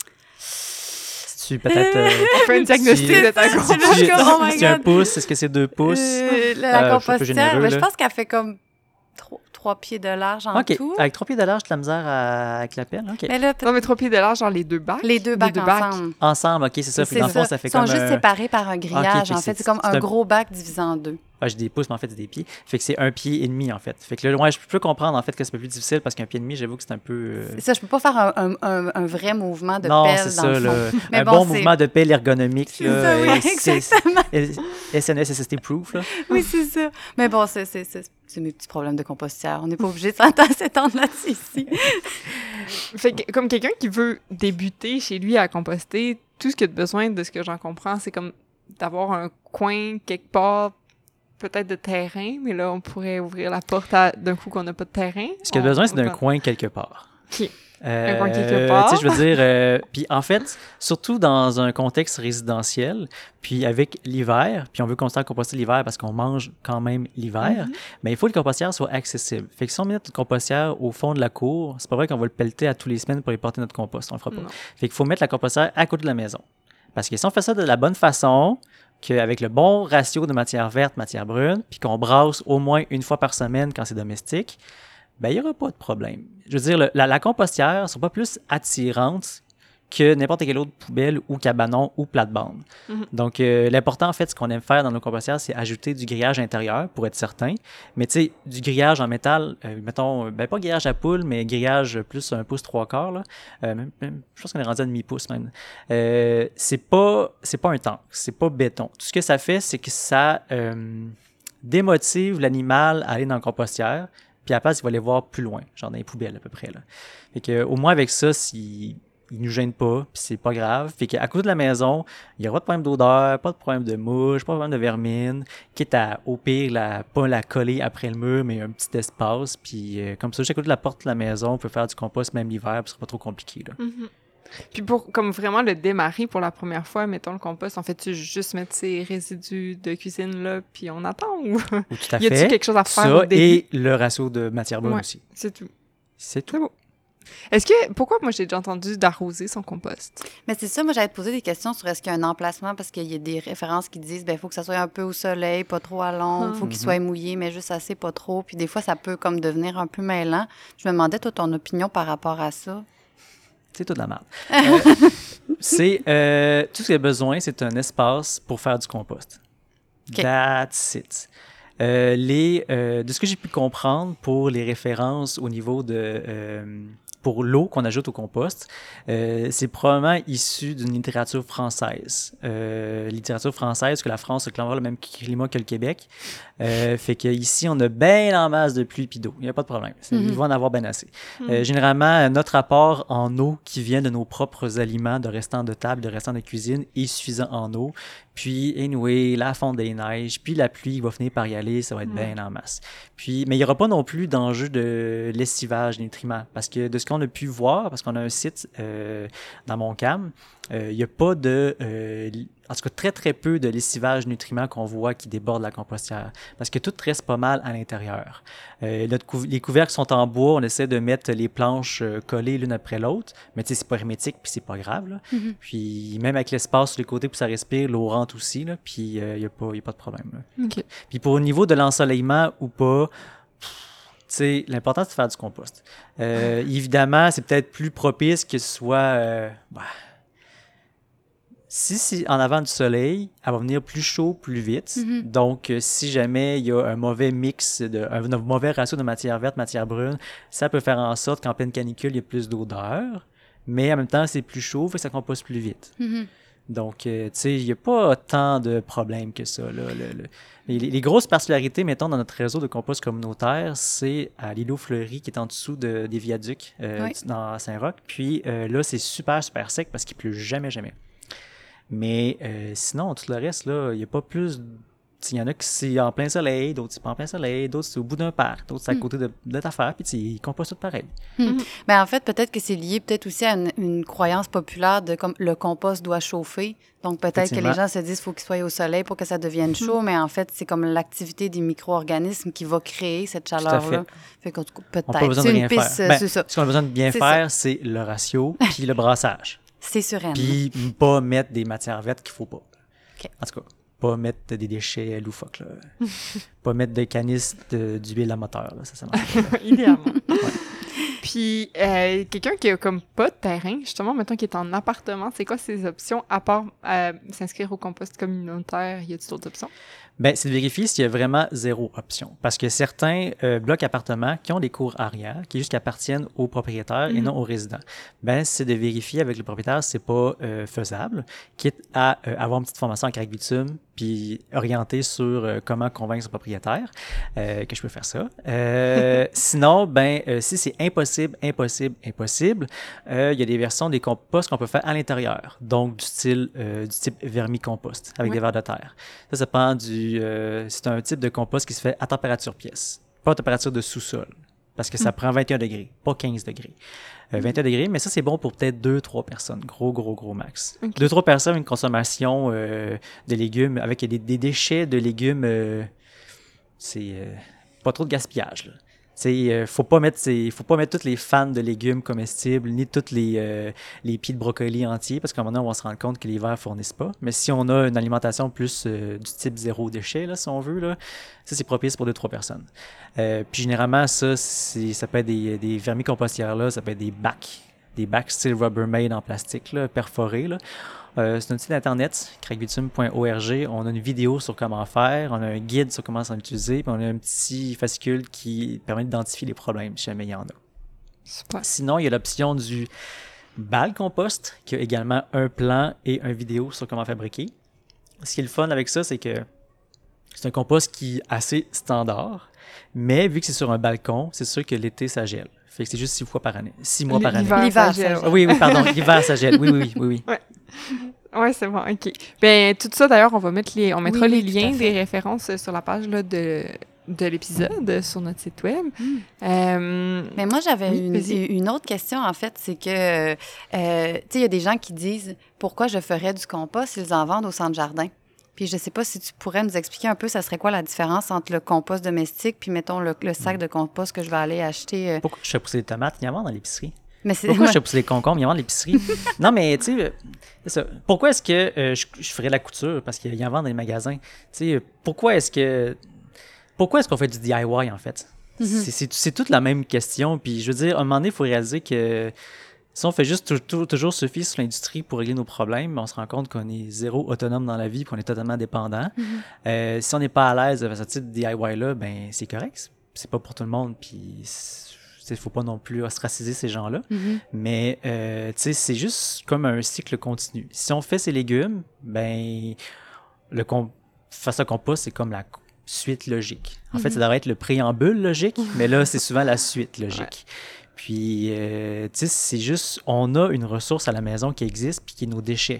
Peut-être. Euh, on fait un diagnostic tu, de ta compostière. Oh c'est un pouce? Est-ce que c'est deux pouces? Euh, la euh, compostière, généreux, ben, je pense qu'elle fait comme trois, trois pieds de large en okay. tout. Avec trois pieds de large, tu as la misère à, avec la pelle? OK. Mais là, non, mais trois pieds de large, genre les deux bacs? Les deux bacs les deux ensemble. Bacs. Ensemble, OK, c'est ça. C'est dans le fond, ça fait Ils sont comme juste un... séparés par un grillage. Okay, en fait, c'est, c'est comme c'est un, un gros bac divisé en deux. Ah, j'ai des pouces, mais en fait, c'est des pieds. Fait que c'est un pied et demi, en fait. Fait que là, ouais, je peux comprendre, en fait, que c'est un peu plus difficile parce qu'un pied et demi, j'avoue que c'est un peu... Euh... C'est ça, je peux pas faire un, un, un, un vrai mouvement de non, pelle c'est dans ça, le fond. Le... Mais un bon, bon c'est... mouvement de pelle ergonomique. C'est là, ça, oui, exactement. S N S S S T proof, là. Oui, c'est ça. Mais bon, c'est, c'est, c'est, c'est mes petits problèmes de compostière. On n'est pas obligé de s'étendre là-dessus ici. Fait que, comme quelqu'un qui veut débuter chez lui à composter, tout ce qu'il a besoin, de ce que j'en comprends, c'est comme d'avoir un coin quelque part, peut-être de terrain, mais là, on pourrait ouvrir la porte à, d'un coup qu'on n'a pas de terrain. Ce qu'il a besoin, c'est d'un coin quelque part. OK. Euh, un coin quelque part. Tu sais, je veux dire, euh, puis en fait, surtout dans un contexte résidentiel, puis avec l'hiver, puis on veut continuer à composter l'hiver parce qu'on mange quand même l'hiver, mm-hmm. mais il faut que le compostière soit accessible. Fait que si on met notre compostière au fond de la cour, c'est pas vrai qu'on va le pelleter à tous les semaines pour aller porter notre compost, on le fera pas. Non. Fait qu'il faut mettre la compostière à côté de la maison. Parce que si on fait ça de la bonne façon, qu'avec le bon ratio de matière verte, matière brune, puis qu'on brasse au moins une fois par semaine quand c'est domestique, ben il n'y aura pas de problème. Je veux dire, le, la, la compostière ne sera pas plus attirante que n'importe quelle autre poubelle ou cabanon ou plate-bande. Mm-hmm. Donc, euh, l'important, en fait, ce qu'on aime faire dans nos compostières, c'est ajouter du grillage intérieur pour être certain. Mais tu sais, du grillage en métal, euh, mettons, ben pas grillage à poule, mais grillage plus un pouce trois quarts, là. Euh, même, même, je pense qu'on est rendu à demi-pouce même. Euh, c'est pas, c'est pas un tank, c'est pas béton. Tout ce que ça fait, c'est que ça euh, démotive l'animal à aller dans la compostière, puis à la place, il va aller voir plus loin, genre dans les poubelles à peu près, là. Fait que, au moins avec ça, si... il nous gêne pas, puis c'est pas grave. Fait qu'à côté de la maison, il n'y aura pas de problème d'odeur, pas de problème de mouche, pas de problème de vermine, quitte à, au pire, la, pas la coller après le mur, mais un petit espace. Puis euh, comme ça, juste à côté de la porte de la maison, on peut faire du compost même l'hiver, puis ce sera pas trop compliqué, là. Mm-hmm. Puis pour comme vraiment le démarrer pour la première fois, mettons le compost, en fait-tu juste mettre ces résidus de cuisine là, puis on attend ou, ou tout à y a-tu fait. quelque chose à faire ça, au début? Et le ratio de matière brune ouais, aussi. C'est tout. C'est tout. C'est beau. Est-ce que, pourquoi moi j'ai déjà entendu d'arroser son compost? Mais c'est ça, moi j'allais te poser des questions sur est-ce qu'il y a un emplacement, parce qu'il y a des références qui disent, ben il faut que ça soit un peu au soleil, pas trop à l'ombre, il faut qu'il soit mouillé, mais juste assez, pas trop. Puis des fois, ça peut comme devenir un peu mêlant. Je me demandais, toi, ton opinion par rapport à ça. C'est tout de la merde. euh, c'est, euh, tout ce qu'il y a besoin, c'est un espace pour faire du compost. Okay. That's it. Euh, les, euh, de ce que j'ai pu comprendre pour les références au niveau de... Euh, pour l'eau qu'on ajoute au compost, euh, c'est probablement issu d'une littérature française. Euh, littérature française, que la France a clairement le même climat que le Québec. Euh, fait qu'ici, on a bien en masse de pluie et d'eau. Il n'y a pas de problème. Mm-hmm. Il va en avoir bien assez. Mm-hmm. Euh, généralement, notre apport en eau qui vient de nos propres aliments, de restants de table, de restants de cuisine, est suffisant en eau. Puis, anyway, la fonte des neiges, puis la pluie va finir par y aller, ça va être Ouais. bien en masse. Puis, mais il n'y aura pas non plus d'enjeu de lessivage des nutriments, parce que de ce qu'on a pu voir, parce qu'on a un site euh, dans Montcalm, euh, il n'y a pas de... Euh, en tout cas, très, très peu de lessivage nutriments qu'on voit qui débordent la compostière, parce que tout reste pas mal à l'intérieur. Euh, notre cou- les couvercles sont en bois, on essaie de mettre les planches euh, collées l'une après l'autre, mais tu sais, c'est pas hermétique, puis c'est pas grave, là. Mhm. Puis même avec l'espace sur les côtés pour que ça respire, l'eau rentre aussi, là, puis il euh, n'y a, pas- y a pas de problème, là. OK. Puis pour au niveau de l'ensoleillement ou pas, tu sais, l'important, c'est de faire du compost. Euh, évidemment, c'est peut-être plus propice que ce soit... euh, bah, si c'est en avant du soleil, elle va venir plus chaud, plus vite. Mhm. Donc, euh, si jamais il y a un mauvais mix, de, un, un mauvais ratio de matière verte, matière brune, ça peut faire en sorte qu'en pleine canicule, il y a plus d'odeur. Mais en même temps, c'est plus chaud, fait que ça composte plus vite. Mhm. Donc, euh, tu sais, il n'y a pas tant de problèmes que ça, là. Le- le- les, les grosses particularités, mettons, dans notre réseau de compost communautaire, c'est à l'îlot Fleury, qui est en dessous de- des viaducs euh, Oui. dans Saint-Roch. Puis euh, là, c'est super, super sec parce qu'il pleut jamais, jamais. Mais euh, sinon, tout le reste, là, il n'y a pas plus... Il y en a qui c'est en plein soleil, d'autres c'est pas en plein soleil, d'autres c'est au bout d'un parc, d'autres c'est à Mm. côté de, de ta affaire, puis tu sais, ils compostent tout pareil. Ben, en fait, peut-être que c'est lié peut-être aussi à une, une croyance populaire de comme le compost doit chauffer. Donc, peut-être que les Effectivement. gens se disent qu'il faut qu'il soit au soleil pour que ça devienne chaud, mais en fait, c'est comme l'activité des micro-organismes qui va créer cette à fait. chaleur-là. Fait qu'en tout cas, On n'a pas peut-être. besoin C'est de une rien faire. piste, euh, Ben, c'est ça. Ce qu'on a besoin de bien C'est faire, c'est le ratio puis le brassage. C'est sereine. Puis pas mettre des matières vertes qu'il faut pas. OK. En tout cas, pas mettre des déchets loufoques, là. Pas mettre de canisses de- d'huile à moteur, là. Ça, ça marche pas. Idéalement. Puis, euh, quelqu'un qui a comme pas de terrain, justement, mettons qui est en appartement, c'est quoi ses options à part euh, s'inscrire au compost communautaire? Y a-t-il d'autres options? Ben, c'est de vérifier s'il y a vraiment zéro option. Parce que certains euh, blocs appartements qui ont des cours arrière, qui juste appartiennent aux propriétaires et Mhm. non aux résidents, ben, c'est de vérifier avec le propriétaire si c'est pas euh, faisable, quitte à euh, avoir une petite formation en caractitume, puis orienter sur euh, comment convaincre son propriétaire, euh, que je peux faire ça. Euh, sinon, ben, euh, si c'est impossible, impossible, impossible, euh, il y a des versions des composts qu'on peut faire à l'intérieur, donc du style, euh, du type vermicompost, avec Ouais. des vers de terre. Ça, ça prend du... euh, c'est un type de compost qui se fait à température pièce, pas à température de sous-sol, parce que ça prend vingt et un degrés, pas quinze degrés. Euh, vingt et un degrés, mais ça, c'est bon pour peut-être deux trois personnes. Gros, gros, gros max. Ok. deux trois personnes, une consommation euh, de légumes avec des, des déchets de légumes, euh, c'est euh, pas trop de gaspillage, là. Tu sais, euh, faut pas mettre ces- faut pas mettre toutes les fans de légumes comestibles, ni toutes les, euh, les pieds de brocoli entiers, parce qu'à un moment donné, on va se rendre compte que les verts fournissent pas. Mais si on a une alimentation plus euh, du type zéro déchet, là, si on veut, là, ça, c'est propice pour deux trois personnes. Euh, puis généralement, ça, c'est, ça peut être des, des vermicompostières, là, ça peut être des bacs, des bacs style Rubbermaid en plastique, là, perforés, là. Euh, c'est un site internet, craigvitume point org. On a une vidéo sur comment faire, on a un guide sur comment s'en utiliser, puis on a un petit fascicule qui permet d'identifier les problèmes, si jamais il y en a. Super. Sinon, il y a l'option du bal compost, qui a également un plan et une vidéo sur comment fabriquer. Ce qui est le fun avec ça, c'est que c'est un compost qui est assez standard, mais vu que c'est sur un balcon, c'est sûr que l'été, ça gèle. Fait que c'est juste six fois par année. Six mois par année. L'hiver, L'hiver, ça gèle. ça Ah oui, oui, pardon. L'hiver, ça gèle. Oui, oui, oui, oui. Ouais, c'est bon, OK. Ben, tout ça, d'ailleurs, on va mettre les, on mettra Oui, les oui, tout à liens fait. des références euh, sur la page là, de, de l'épisode sur notre site web. Mm. Euh, Mais moi, j'avais Oui, une, vas-y. une autre question, en fait, c'est que, euh, tu sais, il y a des gens qui disent pourquoi je ferais du compost s'ils en vendent au centre jardin. Puis je sais pas si tu pourrais nous expliquer un peu, ça serait quoi la différence entre le compost domestique puis, mettons, le, le sac de compost que je vais aller acheter. euh. Pourquoi je fais pousser des tomates? Il y en a dans l'épicerie. Mais c'est Pourquoi ouais. je fais pousser des concombres? Il y en a dans l'épicerie. Non, mais tu sais, euh, c'est ça. Pourquoi est-ce que euh, je, je ferais la couture? Parce qu'il y en a dans les magasins. Tu sais, euh, pourquoi est-ce que... Pourquoi est-ce qu'on fait du D I Y, en fait? Mhm. C'est- C'est c'est toute la même question. Puis je veux dire, à un moment donné, il faut réaliser que si on fait juste tou- tou- toujours se fier sur l'industrie pour régler nos problèmes, on se rend compte qu'on est zéro autonome dans la vie, qu'on est totalement dépendant. Mhm. Euh, si on n'est pas à l'aise avec ce type de D I Y-là, ben c'est correct. C'est pas pour tout le monde. Puis il ne faut pas non plus ostraciser ces gens-là. Mhm. Mais euh, tu sais, c'est juste comme un cycle continu. Si on fait ses légumes, ben le com- faire ça compost, c'est comme la co- suite logique. En fait, ça devrait être le préambule logique, mais là, c'est souvent la suite logique. Puis, euh, tu sais, c'est juste, on a une ressource à la maison qui existe, puis qui est nos déchets.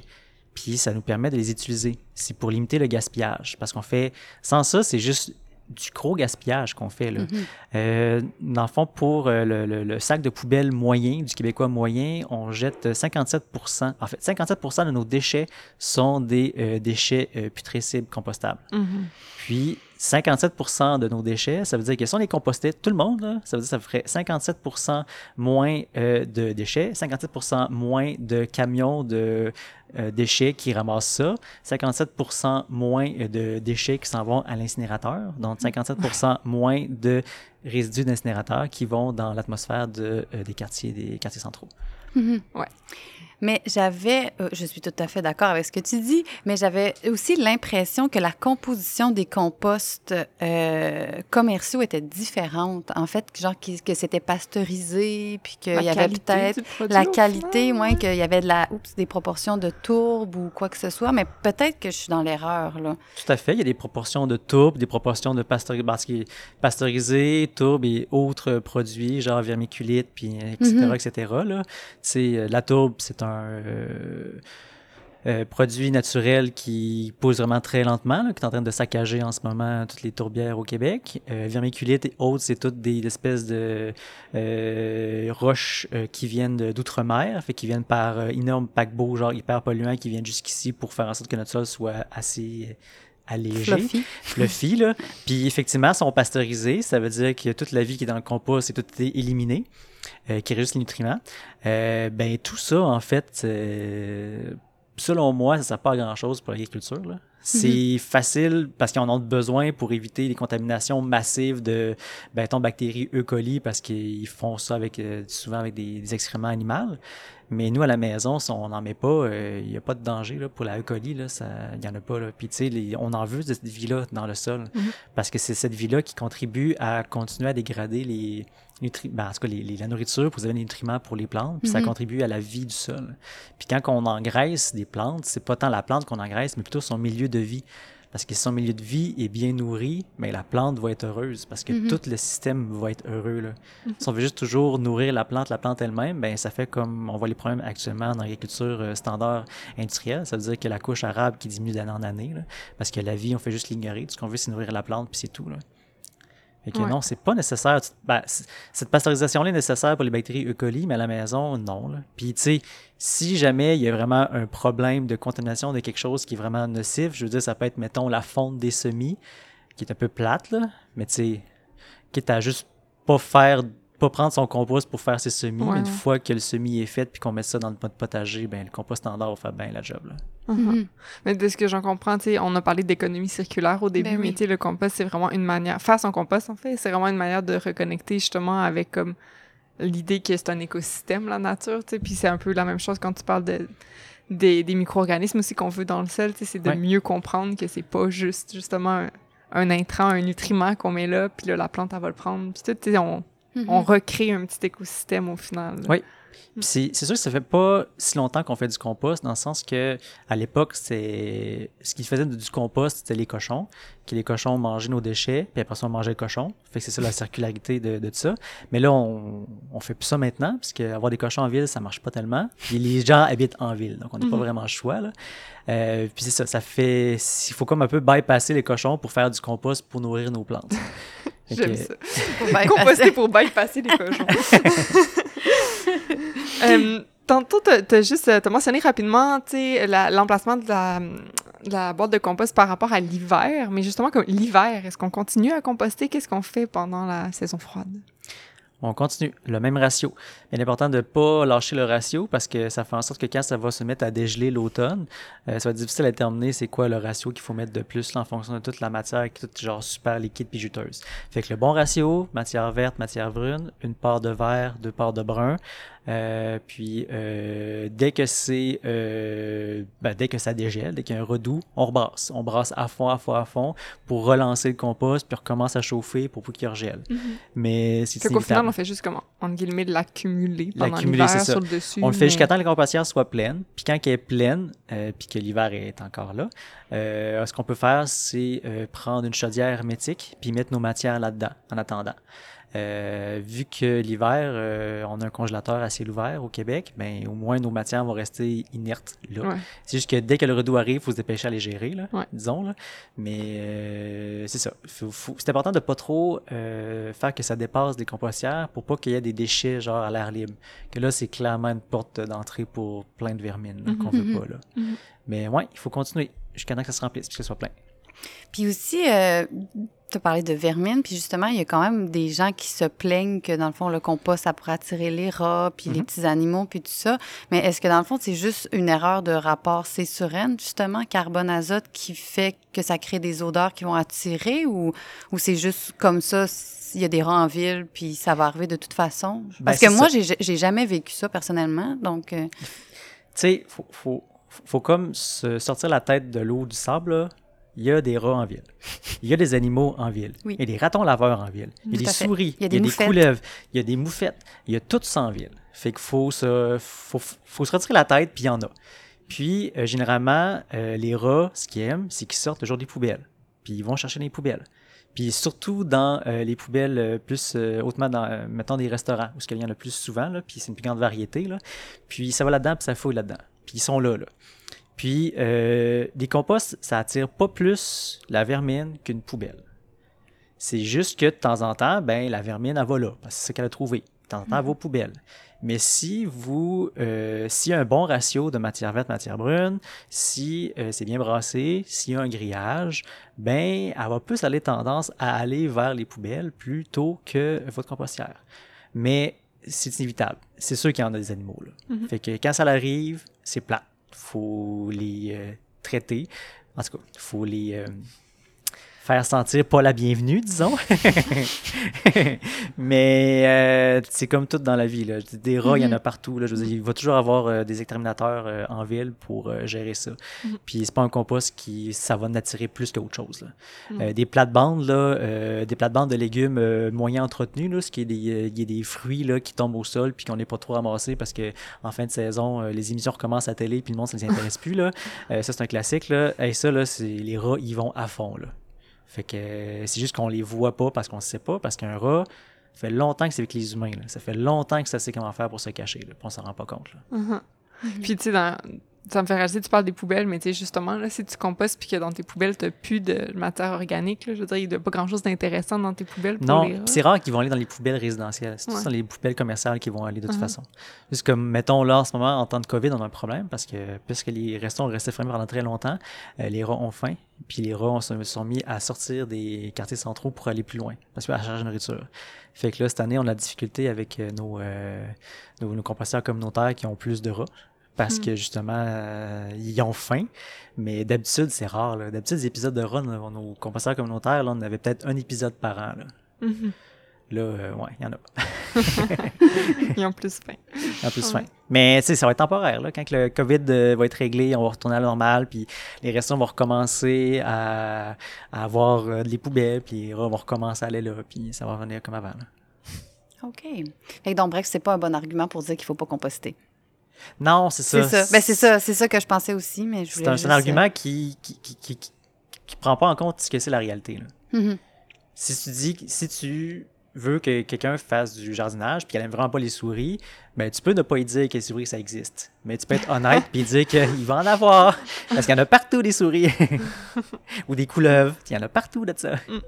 puis ça nous permet de les utiliser. C'est pour limiter le gaspillage, parce qu'on fait... Sans ça, c'est juste du gros gaspillage qu'on fait, là. Mm-hmm. Euh, dans le fond, pour euh, le, le, le sac de poubelle moyen, du Québécois moyen, on jette cinquante-sept pour cent. En fait, cinquante-sept pour cent de nos déchets sont des euh, déchets euh, putrescibles compostables. Mm-hmm. Puis, cinquante-sept pour cent de nos déchets, ça veut dire que si on les compostait, tout le monde, là, ça veut dire que ça ferait cinquante-sept pour cent moins euh, de déchets, cinquante-sept pour cent moins de camions de euh, déchets qui ramassent ça, cinquante-sept pour cent moins de déchets qui s'en vont à l'incinérateur, donc cinquante-sept pour cent moins de résidus d'incinérateurs qui vont dans l'atmosphère de, euh, des quartiers, des quartiers centraux. Mm-hmm. Ouais. Mais j'avais, euh, je suis tout à fait d'accord avec ce que tu dis, mais j'avais aussi l'impression que la composition des composts euh, commerciaux était différente. En fait, genre que, que c'était pasteurisé, puis qu'il y avait peut-être la qualité, ouais, qu'il y avait de la, oups, des proportions de tourbe ou quoi que ce soit, mais peut-être que je suis dans l'erreur, là. Tout à fait. Il y a des proportions de tourbe, des proportions de pasteur... pasteurisé, tourbe et autres produits, genre vermiculite, puis et cetera, mm-hmm. et cetera, là. C'est, la tourbe, c'est un Euh, euh, produit naturel qui pousse vraiment très lentement, là, qui est en train de saccager en ce moment toutes les tourbières au Québec. Euh, vermiculite et autres, c'est toutes des espèces de euh, roches euh, qui viennent de, d'outre-mer, fait qui viennent par euh, énormes paquebots, genre hyper polluants, qui viennent jusqu'ici pour faire en sorte que notre sol soit assez allégé, fluffy, fluffy là. Puis effectivement, sont pasteurisés, ça veut dire que toute la vie qui est dans le compost, c'est tout été éliminé. Euh, qui reste les nutriments, euh, ben tout ça, en fait, euh, selon moi, ça ne sert pas à grand-chose pour l'agriculture, là. C'est mm-hmm. facile parce qu'ils en ont besoin pour éviter les contaminations massives de bêtons, bactéries, E. coli, parce qu'ils font ça avec, euh, souvent avec des, des excréments animaux. Mais nous, à la maison, si on n'en met pas, il euh, n'y a pas de danger là, pour la E. coli. Il n'y en a pas. Là. Puis, tu sais, on en veut de cette vie-là dans le sol. Mm-hmm. Parce que c'est cette vie-là qui contribue à continuer à dégrader les... Nutri- ben, en tout cas, les, les, la nourriture pour vous donner des nutriments pour les plantes, puis mm-hmm. ça contribue à la vie du sol. Puis quand on engraisse des plantes, c'est pas tant la plante qu'on engraisse, mais plutôt son milieu de vie. Parce que si son milieu de vie est bien nourri, mais la plante va être heureuse, parce que mm-hmm. tout le système va être heureux, là. Mm-hmm. Si on veut juste toujours nourrir la plante, la plante elle-même, ben ça fait comme on voit les problèmes actuellement dans l'agriculture euh, standard industrielle. Ça veut dire que la couche arabe qui diminue d'année en année, là, parce que la vie, on fait juste l'ignorer. Tout ce qu'on veut, c'est nourrir la plante, puis c'est tout, là. Fait que ouais. non, c'est pas nécessaire. Ben, cette pasteurisation-là est nécessaire pour les bactéries E. coli, mais à la maison, non. Là. Puis, tu sais, si jamais il y a vraiment un problème de contamination de quelque chose qui est vraiment nocif, je veux dire, ça peut être, mettons, la fonte des semis, qui est un peu plate, là, mais tu sais, quitte à juste pas faire, pas prendre son compost pour faire ses semis, ouais, mais une ouais. fois que le semis est fait puis qu'on met ça dans le pot de potager, ben le compost standard va faire bien la job, là. Mm-hmm. Mais de ce que j'en comprends, tu sais, on a parlé d'économie circulaire au début, ben oui. mais tu sais, le compost, c'est vraiment une manière... Faire son compost, en fait, c'est vraiment une manière de reconnecter justement avec comme l'idée que c'est un écosystème, la nature, tu sais, puis c'est un peu la même chose quand tu parles de... des, des micro-organismes aussi qu'on veut dans le sol, tu sais, c'est de ouais. mieux comprendre que c'est pas juste, justement, un, un intrant, un nutriment qu'on met là, puis là, la plante, elle va le prendre, puis tout, tu sais, on, mm-hmm. on recrée un petit écosystème au final. Là. Oui. Puis c'est, c'est sûr que ça fait pas si longtemps qu'on fait du compost, dans le sens que à l'époque, c'est ce qu'ils faisaient du compost, c'était les cochons, que les cochons mangeaient nos déchets, puis après ça, on mangeait le cochon. Fait que c'est ça la circularité de, de tout ça. Mais là, on, on fait plus ça maintenant, parce qu'avoir des cochons en ville, ça marche pas tellement. Puis les gens habitent en ville, donc on n'a mm-hmm. pas vraiment le choix, là. Euh, puis c'est ça, ça fait... Il faut comme un peu bypasser les cochons pour faire du compost pour nourrir nos plantes. J'aime ça. Pour composter pour bypasser les cochons. euh, tantôt, t'as, t'as juste t'as mentionné rapidement, tu sais, la, l'emplacement de la, de la boîte de compost par rapport à l'hiver. Mais justement, comme l'hiver, est-ce qu'on continue à composter? Qu'est-ce qu'on fait pendant la saison froide? On continue, le même ratio. Mais il est important de ne pas lâcher le ratio parce que ça fait en sorte que quand ça va se mettre à dégeler l'automne, euh, ça va être difficile à déterminer c'est quoi le ratio qu'il faut mettre de plus là, en fonction de toute la matière qui est toute genre super liquide puis juteuse. Fait que le bon ratio, matière verte, matière brune, une part de vert, deux parts de brun. Euh, puis euh, dès que c'est euh, ben, dès que ça dégèle, dès qu'il y a un redout, on rebrasse. On brasse à fond, à fond, à fond pour relancer le compost puis recommence à chauffer pour qu'il regèle. Mm-hmm. Mais c'est fait qu'au final, on fait juste comme, entre guillemets, de l'accumuler pendant l'accumuler, l'hiver c'est ça. sur le dessus. On le mais... fait jusqu'à temps que la compostière soit pleine. Puis quand elle est pleine, euh, puis que l'hiver est encore là, euh, ce qu'on peut faire, c'est euh, prendre une chaudière hermétique puis mettre nos matières là-dedans en attendant. Euh, vu que l'hiver, euh, on a un congélateur à ciel ouvert au Québec, ben au moins nos matières vont rester inertes là. Ouais. C'est juste que dès que le redout arrive, il faut se dépêcher à les gérer, là, Ouais. disons. Là. Mais euh, c'est ça. Faut, faut, c'est important de pas trop euh, faire que ça dépasse les compostières pour pas qu'il y ait des déchets genre à l'air libre. Que là, c'est clairement une porte d'entrée pour plein de vermine là, Mm-hmm. qu'on veut pas. Là. Mm-hmm. Mais ouais, il faut continuer jusqu'à temps que ça se remplisse puis que ce soit plein. Puis aussi, euh, tu as parlé de vermine, puis justement, il y a quand même des gens qui se plaignent que, dans le fond, le compost, ça pourrait attirer les rats, puis mm-hmm. les petits animaux, puis tout ça. Mais est-ce que, dans le fond, c'est juste une erreur de rapport C sur N, justement, carbone-azote, qui fait que ça crée des odeurs qui vont attirer, ou, ou c'est juste comme ça, il y a des rats en ville, puis ça va arriver de toute façon? Parce ben, que moi, ça. j'ai, j'ai jamais vécu ça, personnellement, donc... Euh... Tu sais, faut, faut, faut comme se sortir la tête de l'eau du sable, là. Il y a des rats en ville. Il y a des animaux en ville. Oui. Il y a des ratons laveurs en ville. Il y a Tout des à fait. souris. Il y a des, il y a des couleuvres. Il y a des moufettes. Il y a tout ça en ville. Fait qu'il faut se, faut, faut se retirer la tête, puis il y en a. Puis, euh, généralement, euh, les rats, ce qu'ils aiment, c'est qu'ils sortent toujours des poubelles. Puis, ils vont chercher les poubelles. Puis, surtout dans euh, les poubelles euh, plus euh, hautement dans, euh, mettons, des restaurants, où il y en a le plus souvent, là, puis c'est une plus grande variété. Là. Puis, ça va là-dedans, puis ça fouille là-dedans. Puis, ils sont là, là. Puis, euh, des composts, ça attire pas plus la vermine qu'une poubelle. C'est juste que de temps en temps, ben la vermine, elle va là, parce que c'est ce qu'elle a trouvé. De temps en temps, elle va aux poubelles. Mais si vous, euh, s'il y a un bon ratio de matière verte, matière brune, si euh, c'est bien brassé, s'il y a un grillage, ben elle va plus aller tendance à aller vers les poubelles plutôt que votre compostière. Mais c'est inévitable. C'est sûr qu'il y en a des animaux, là. Mm-hmm. Fait que quand ça arrive, c'est plat. Faut les euh, traiter. En tout cas, il faut les euh, faire sentir pas la bienvenue, disons. Mais euh, c'est comme tout dans la vie, là. Des rats, il mm-hmm. y en a partout, là. Je veux dire, il va toujours avoir euh, des exterminateurs euh, en ville pour euh, gérer ça. Mm-hmm. Puis c'est pas un compost qui ça va n'attirer plus qu'autre chose, là. Mm-hmm. Euh, des plates-bandes, là, euh, des plates-bandes de légumes euh, moyen entretenus, là, ce qui est des, euh, y a des fruits là, qui tombent au sol puis qu'on n'est pas trop ramassés parce que en fin de saison, euh, les émissions recommencent à la télé puis le monde, ça les intéresse plus, là. Euh, ça, c'est un classique, là. Et ça, là, c'est, les rats, ils vont à fond, là. Fait que euh, c'est juste qu'on les voit pas parce qu'on ne sait pas, parce qu'un rat, ça fait longtemps que c'est avec les humains, là. Ça fait longtemps que ça sait comment faire pour se cacher, là. Puis on s'en rend pas compte, là. Uh-huh. Mm-hmm. Puis, tu sais, dans... ça me fait réaliser, tu parles des poubelles, mais tu sais, justement, là, si tu compostes puis que dans tes poubelles, tu n'as plus de matière organique, là, je veux dire, il n'y a pas grand-chose d'intéressant dans tes poubelles pour non, les rats. c'est rare qu'ils vont aller dans les poubelles résidentielles. C'est ouais. tout les poubelles commerciales qui vont aller de toute uh-huh. façon. Juste comme, mettons, là, en ce moment, en temps de COVID, on a un problème parce que, puisque les restaurants ont resté fermés pendant très longtemps, euh, les rats ont faim, puis les rats on se sont mis à sortir des quartiers centraux pour aller plus loin, parce qu'ils cherchent de nourriture. Fait que là, cette année, on a difficulté avec euh, nos, euh, nos, nos composteurs communautaires qui ont plus de rats. Parce mm. que justement, euh, ils ont faim. Mais d'habitude, c'est rare. Là. D'habitude, les épisodes de rats, nos, nos composteurs communautaires, là, on avait peut-être un épisode par an. Là, mm-hmm. là euh, ouais, il y en a. Ils ont plus faim. Ils ont plus ouais. faim. Mais tu sais, ça va être temporaire. Là. Quand le COVID euh, va être réglé, on va retourner à la normale, puis les restaurants vont recommencer à, à avoir euh, des poubelles, puis les rats vont recommencer à aller là, puis ça va revenir comme avant. Là. OK. Fait que donc, bref, c'est pas un bon argument pour dire qu'il faut pas composter. Non, c'est ça. C'est ça. Ben, c'est ça. C'est ça que je pensais aussi, mais je voulais C'est un, juste... c'est un argument qui qui, qui, qui, qui, qui prend pas en compte ce que c'est la réalité. Là. Mm-hmm. Si tu dis, si tu veux que quelqu'un fasse du jardinage puis qu'elle aime vraiment pas les souris, ben tu peux ne pas lui dire que les souris, ça existe. Mais tu peux être honnête puis dire qu'il va en avoir. Parce qu'il y en a partout des souris. Ou des couleuvres. Il y en a partout de ça. Mm.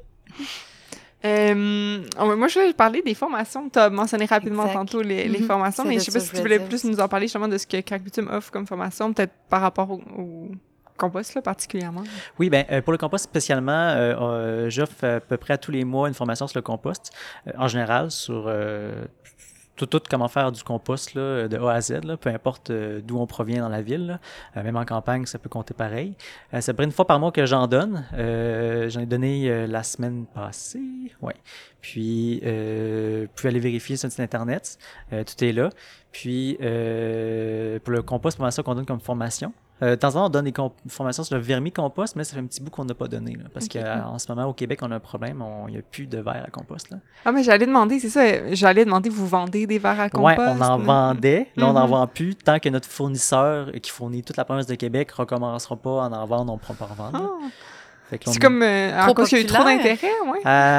Euh, moi, je voulais parler des formations. Tu as mentionné rapidement exact. tantôt les, les mm-hmm. formations, c'est mais je ne sais pas si tu voulais plus nous en parler justement de ce que Crack Bitume offre comme formation, peut-être par rapport au, au compost là, particulièrement. Oui, bien, euh, pour le compost spécialement, euh, euh, j'offre à peu près à tous les mois une formation sur le compost, euh, en général sur euh, tout, tout comment faire du compost là, de A à Z, là, peu importe euh, d'où on provient dans la ville. Là. Euh, même en campagne, ça peut compter pareil. Euh, c'est à peu près une fois par mois que j'en donne. Euh, j'en ai donné euh, la semaine passée. Ouais. Puis, euh, vous pouvez aller vérifier sur le site Internet. Euh, tout est là. Puis, euh, pour le compost, c'est ça qu'on donne comme formation. Euh, de temps en temps, on donne des comp- formations sur le vermicompost, mais ça fait un petit bout qu'on n'a pas donné. Là, parce okay. qu'en ce moment, au Québec, on a un problème. Il n'y a plus de verre à compost. Là. Ah, mais j'allais demander, c'est ça. J'allais demander, vous vendez des verres à compost? Oui, on en mais... vendait. Là, on n'en mm-hmm. vend plus. Tant que notre fournisseur qui fournit toute la province de Québec ne recommencera pas à en vendre, on ne pourra pas en vendre. Ah. Fait que là, C'est on- comme euh, en Trop cause qu'il y a eu trop populaire. d'intérêt, ouais.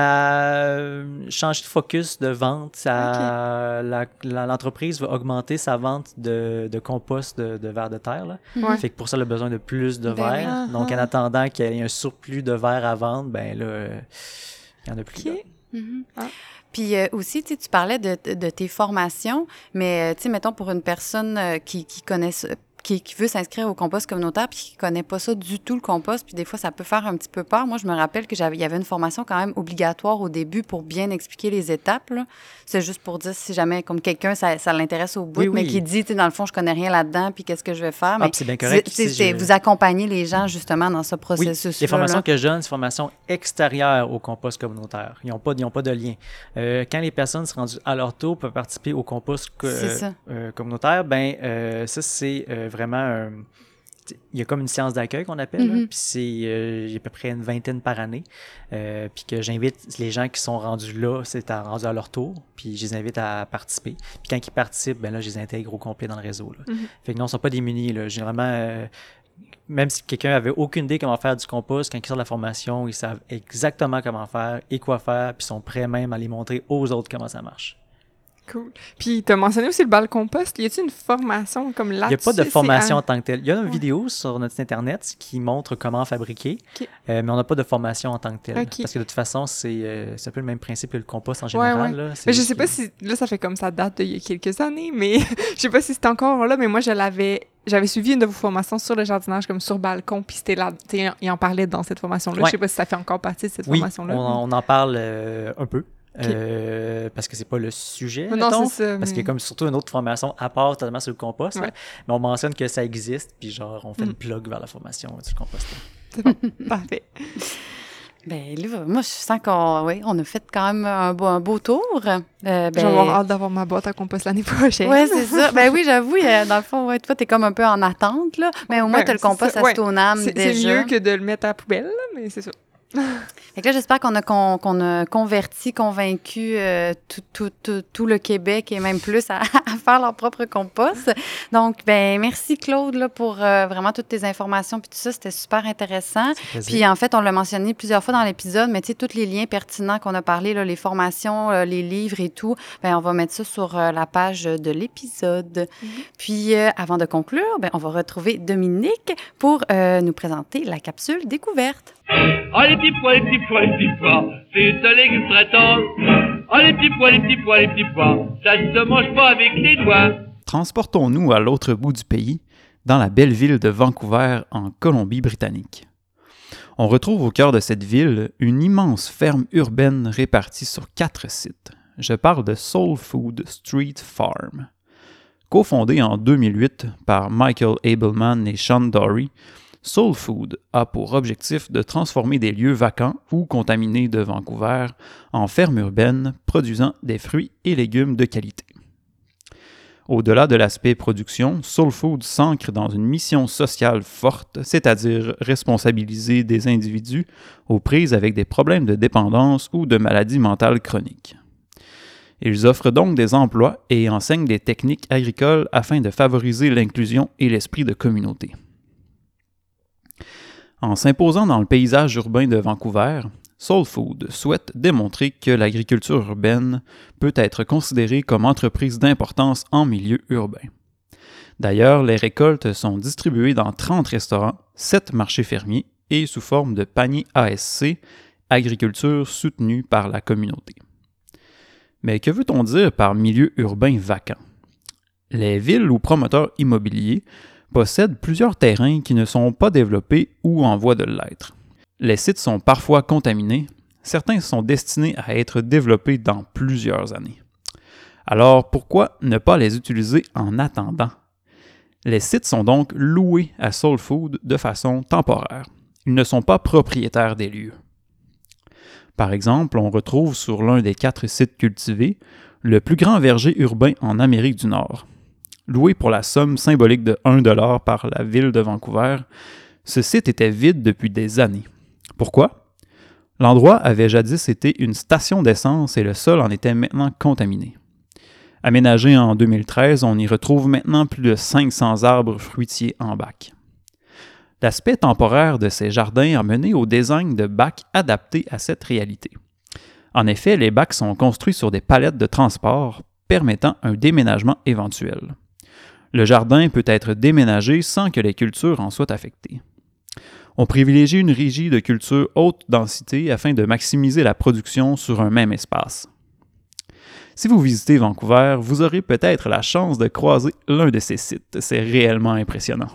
Euh, changer de focus de vente. Ça, la- la- l'entreprise va augmenter sa vente de, de compost de, de vers de terre. Là. Ouais. Fait que pour ça, elle a besoin de plus de Ben verre. oui. Donc, en Ah. attendant qu'il y ait un surplus de verre à vendre, ben là, euh, il n'y en a plus. OK. là. Mhm. Ah. Puis euh, aussi, tu sais, tu parlais de, de tes formations, mais euh, tu sais, mettons pour une personne euh, qui, qui connaît ça, qui, qui veut s'inscrire au compost communautaire puis qui connaît pas ça du tout, le compost, puis des fois, ça peut faire un petit peu peur. Moi, je me rappelle que j'avais, il y avait une formation quand même obligatoire au début pour bien expliquer les étapes, là. C'est juste pour dire si jamais, comme quelqu'un, ça, ça l'intéresse au bout, Oui, mais oui. qui dit, tu sais, dans le fond, je connais rien là-dedans, puis qu'est-ce que je vais faire. Ah, Mais puis c'est bien correct. c'est- si c'est- je- vous accompagnez les gens, justement, dans ce Oui, processus-là. les formations là. que je donne, c'est des formations extérieures au compost communautaire. Ils n'ont pas, ils ont pas de lien. Euh, quand les personnes sont rendues à leur tour peuvent participer au compost co- C'est euh, ça. euh, communautaire, ben euh, ça, c'est euh, vraiment... un- il y a comme une séance d'accueil qu'on appelle, là, Mhm. puis c'est euh, il y a à peu près une vingtaine par année, euh, puis que j'invite les gens qui sont rendus là, c'est à, rendus à leur tour, puis je les invite à participer. Puis quand ils participent, ben là, je les intègre au complet dans le réseau. Là. Mhm. Fait que non, ils ne sont pas démunis. Là. Généralement, euh, même si quelqu'un avait aucune idée comment faire du compost, quand ils sortent de la formation, ils savent exactement comment faire et quoi faire, puis sont prêts même à les montrer aux autres comment ça marche. Cool. Puis, tu as mentionné aussi le bal compost. Y a-t-il une formation comme là-dessus? Il n'y a pas de C'est formation un- en tant que telle. Il y a une Ouais. vidéo sur notre site Internet qui montre comment fabriquer, Ok. euh, mais on n'a pas de formation en tant que telle. Ok. Parce que de toute façon, c'est euh, c'est un peu le même principe que le compost en Ouais, général. ouais. Là. C'est Mais je juste sais pas que- si... Là, ça fait comme ça date d'il y a quelques années, mais je sais pas si c'est encore là, mais moi, je l'avais... J'avais suivi une de vos formations sur le jardinage, comme sur balcon, puis c'était là... tu sais, il en parlait dans cette formation-là. Ouais. Je sais pas si ça fait encore partie de cette Oui, formation-là. on, en- on en parle euh, un peu. Ok. euh, parce que c'est pas le sujet, Non, mettons, c'est ça, parce mais- qu'il y a comme surtout une autre formation à part totalement sur le compost, là. Ouais. Mais on mentionne que ça existe, puis genre on fait Mm. une plug vers la formation euh, sur le compost. là. C'est bon, parfait. Ben là, moi, je sens qu'on oui, on a fait quand même un beau, un beau tour. Euh, ben, Je vais avoir hâte d'avoir ma boîte à compost l'année prochaine. Oui, c'est ça. Ben oui, j'avoue, euh, dans le fond, ouais, toi, t'es comme un peu en attente, là. Mais au moins, Ben, t'as le c'est compost ça. à Ouais. Stoneham C'est c'est déjà. mieux que de le mettre à la poubelle, là, mais c'est ça. Fait que là, j'espère qu'on a, qu'on, qu'on a converti, convaincu euh, tout, tout, tout, tout le Québec et même plus à, à faire leur propre compost. Donc, ben merci Claude là, pour euh, vraiment toutes tes informations puis tout ça. C'était super intéressant. Puis en fait, on l'a mentionné plusieurs fois dans l'épisode, mais tu sais, tous les liens pertinents qu'on a parlé, là, les formations, euh, les livres et tout, ben on va mettre ça sur euh, la page de l'épisode. Mhm. Puis euh, avant de conclure, ben on va retrouver Dominique pour euh, nous présenter la capsule découverte. Oh les petits pois, les petits pois, les petits pois, c'est un légume très tendre. Oh les petits pois, les petits pois, les petits pois, ça ne se mange pas avec les doigts. Transportons-nous à l'autre bout du pays, dans la belle ville de Vancouver, en Colombie-Britannique. On retrouve au cœur de cette ville une immense ferme urbaine répartie sur quatre sites. Je parle de Soul Food Street Farm. Cofondée en deux mille huit par Michael Abelman et Sean Dory, Soul Food a pour objectif de transformer des lieux vacants ou contaminés de Vancouver en fermes urbaines produisant des fruits et légumes de qualité. Au-delà de l'aspect production, Soul Food s'ancre dans une mission sociale forte, c'est-à-dire responsabiliser des individus aux prises avec des problèmes de dépendance ou de maladies mentales chroniques. Ils offrent donc des emplois et enseignent des techniques agricoles afin de favoriser l'inclusion et l'esprit de communauté. En s'imposant dans le paysage urbain de Vancouver, Soul Food souhaite démontrer que l'agriculture urbaine peut être considérée comme entreprise d'importance en milieu urbain. D'ailleurs, les récoltes sont distribuées dans trente restaurants, sept marchés fermiers et sous forme de paniers A S C, agriculture soutenue par la communauté. Mais que veut-on dire par milieu urbain vacant? Les villes ou promoteurs immobiliers possèdent plusieurs terrains qui ne sont pas développés ou en voie de l'être. Les sites sont parfois contaminés, certains sont destinés à être développés dans plusieurs années. Alors pourquoi ne pas les utiliser en attendant? Les sites sont donc loués à Soul Food de façon temporaire. Ils ne sont pas propriétaires des lieux. Par exemple, on retrouve sur l'un des quatre sites cultivés le plus grand verger urbain en Amérique du Nord. Loué pour la somme symbolique de un dollar par la ville de Vancouver, ce site était vide depuis des années. Pourquoi? L'endroit avait jadis été une station d'essence et le sol en était maintenant contaminé. Aménagé en deux mille treize, on y retrouve maintenant plus de cinq cents arbres fruitiers en bac. L'aspect temporaire de ces jardins a mené au design de bacs adaptés à cette réalité. En effet, les bacs sont construits sur des palettes de transport permettant un déménagement éventuel. Le jardin peut être déménagé sans que les cultures en soient affectées. On privilégie une régie de culture haute densité afin de maximiser la production sur un même espace. Si vous visitez Vancouver, vous aurez peut-être la chance de croiser l'un de ces sites. C'est réellement impressionnant.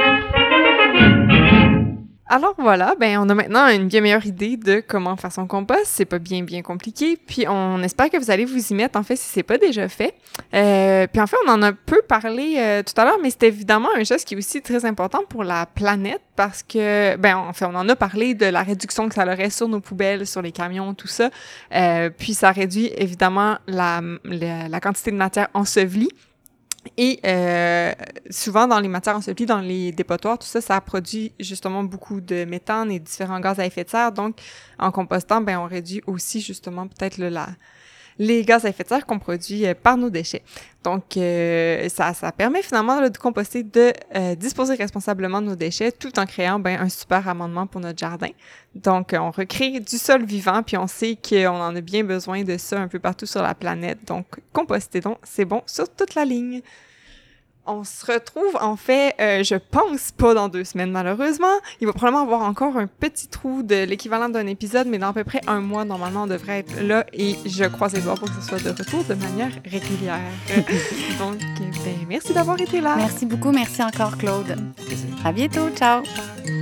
Alors voilà, ben on a maintenant une bien meilleure idée de comment faire son compost. C'est pas bien bien compliqué. Puis on espère que vous allez vous y mettre, en fait, si c'est pas déjà fait. Euh, puis en fait, on en a un peu parlé euh, tout à l'heure, mais c'est évidemment un geste qui est aussi très important pour la planète parce que, ben en fait, on en a parlé de la réduction que ça aurait sur nos poubelles, sur les camions, tout ça. Euh, puis ça réduit évidemment la, la, la quantité de matière ensevelie. Et euh, souvent, dans les matières ensevelies, dans les dépotoirs, tout ça, ça produit justement beaucoup de méthane et différents gaz à effet de serre. Donc, en compostant, ben, on réduit aussi justement peut-être le, la, les gaz à effet de serre qu'on produit euh, par nos déchets. Donc, euh, ça, ça permet finalement là, de composter, de euh, disposer responsablement de nos déchets tout en créant ben, un super amendement pour notre jardin. Donc, on recrée du sol vivant, puis on sait qu'on en a bien besoin de ça un peu partout sur la planète. Donc, composter, donc, c'est bon sur toute la ligne. On se retrouve, en fait, euh, je pense pas dans deux semaines, malheureusement. Il va probablement avoir encore un petit trou de l'équivalent d'un épisode, mais dans à peu près un mois, normalement, on devrait être là et je croise les doigts pour que ce soit de retour de manière régulière. Donc, ben, merci d'avoir été là. Merci beaucoup. Merci encore, Claude. À bientôt. Ciao.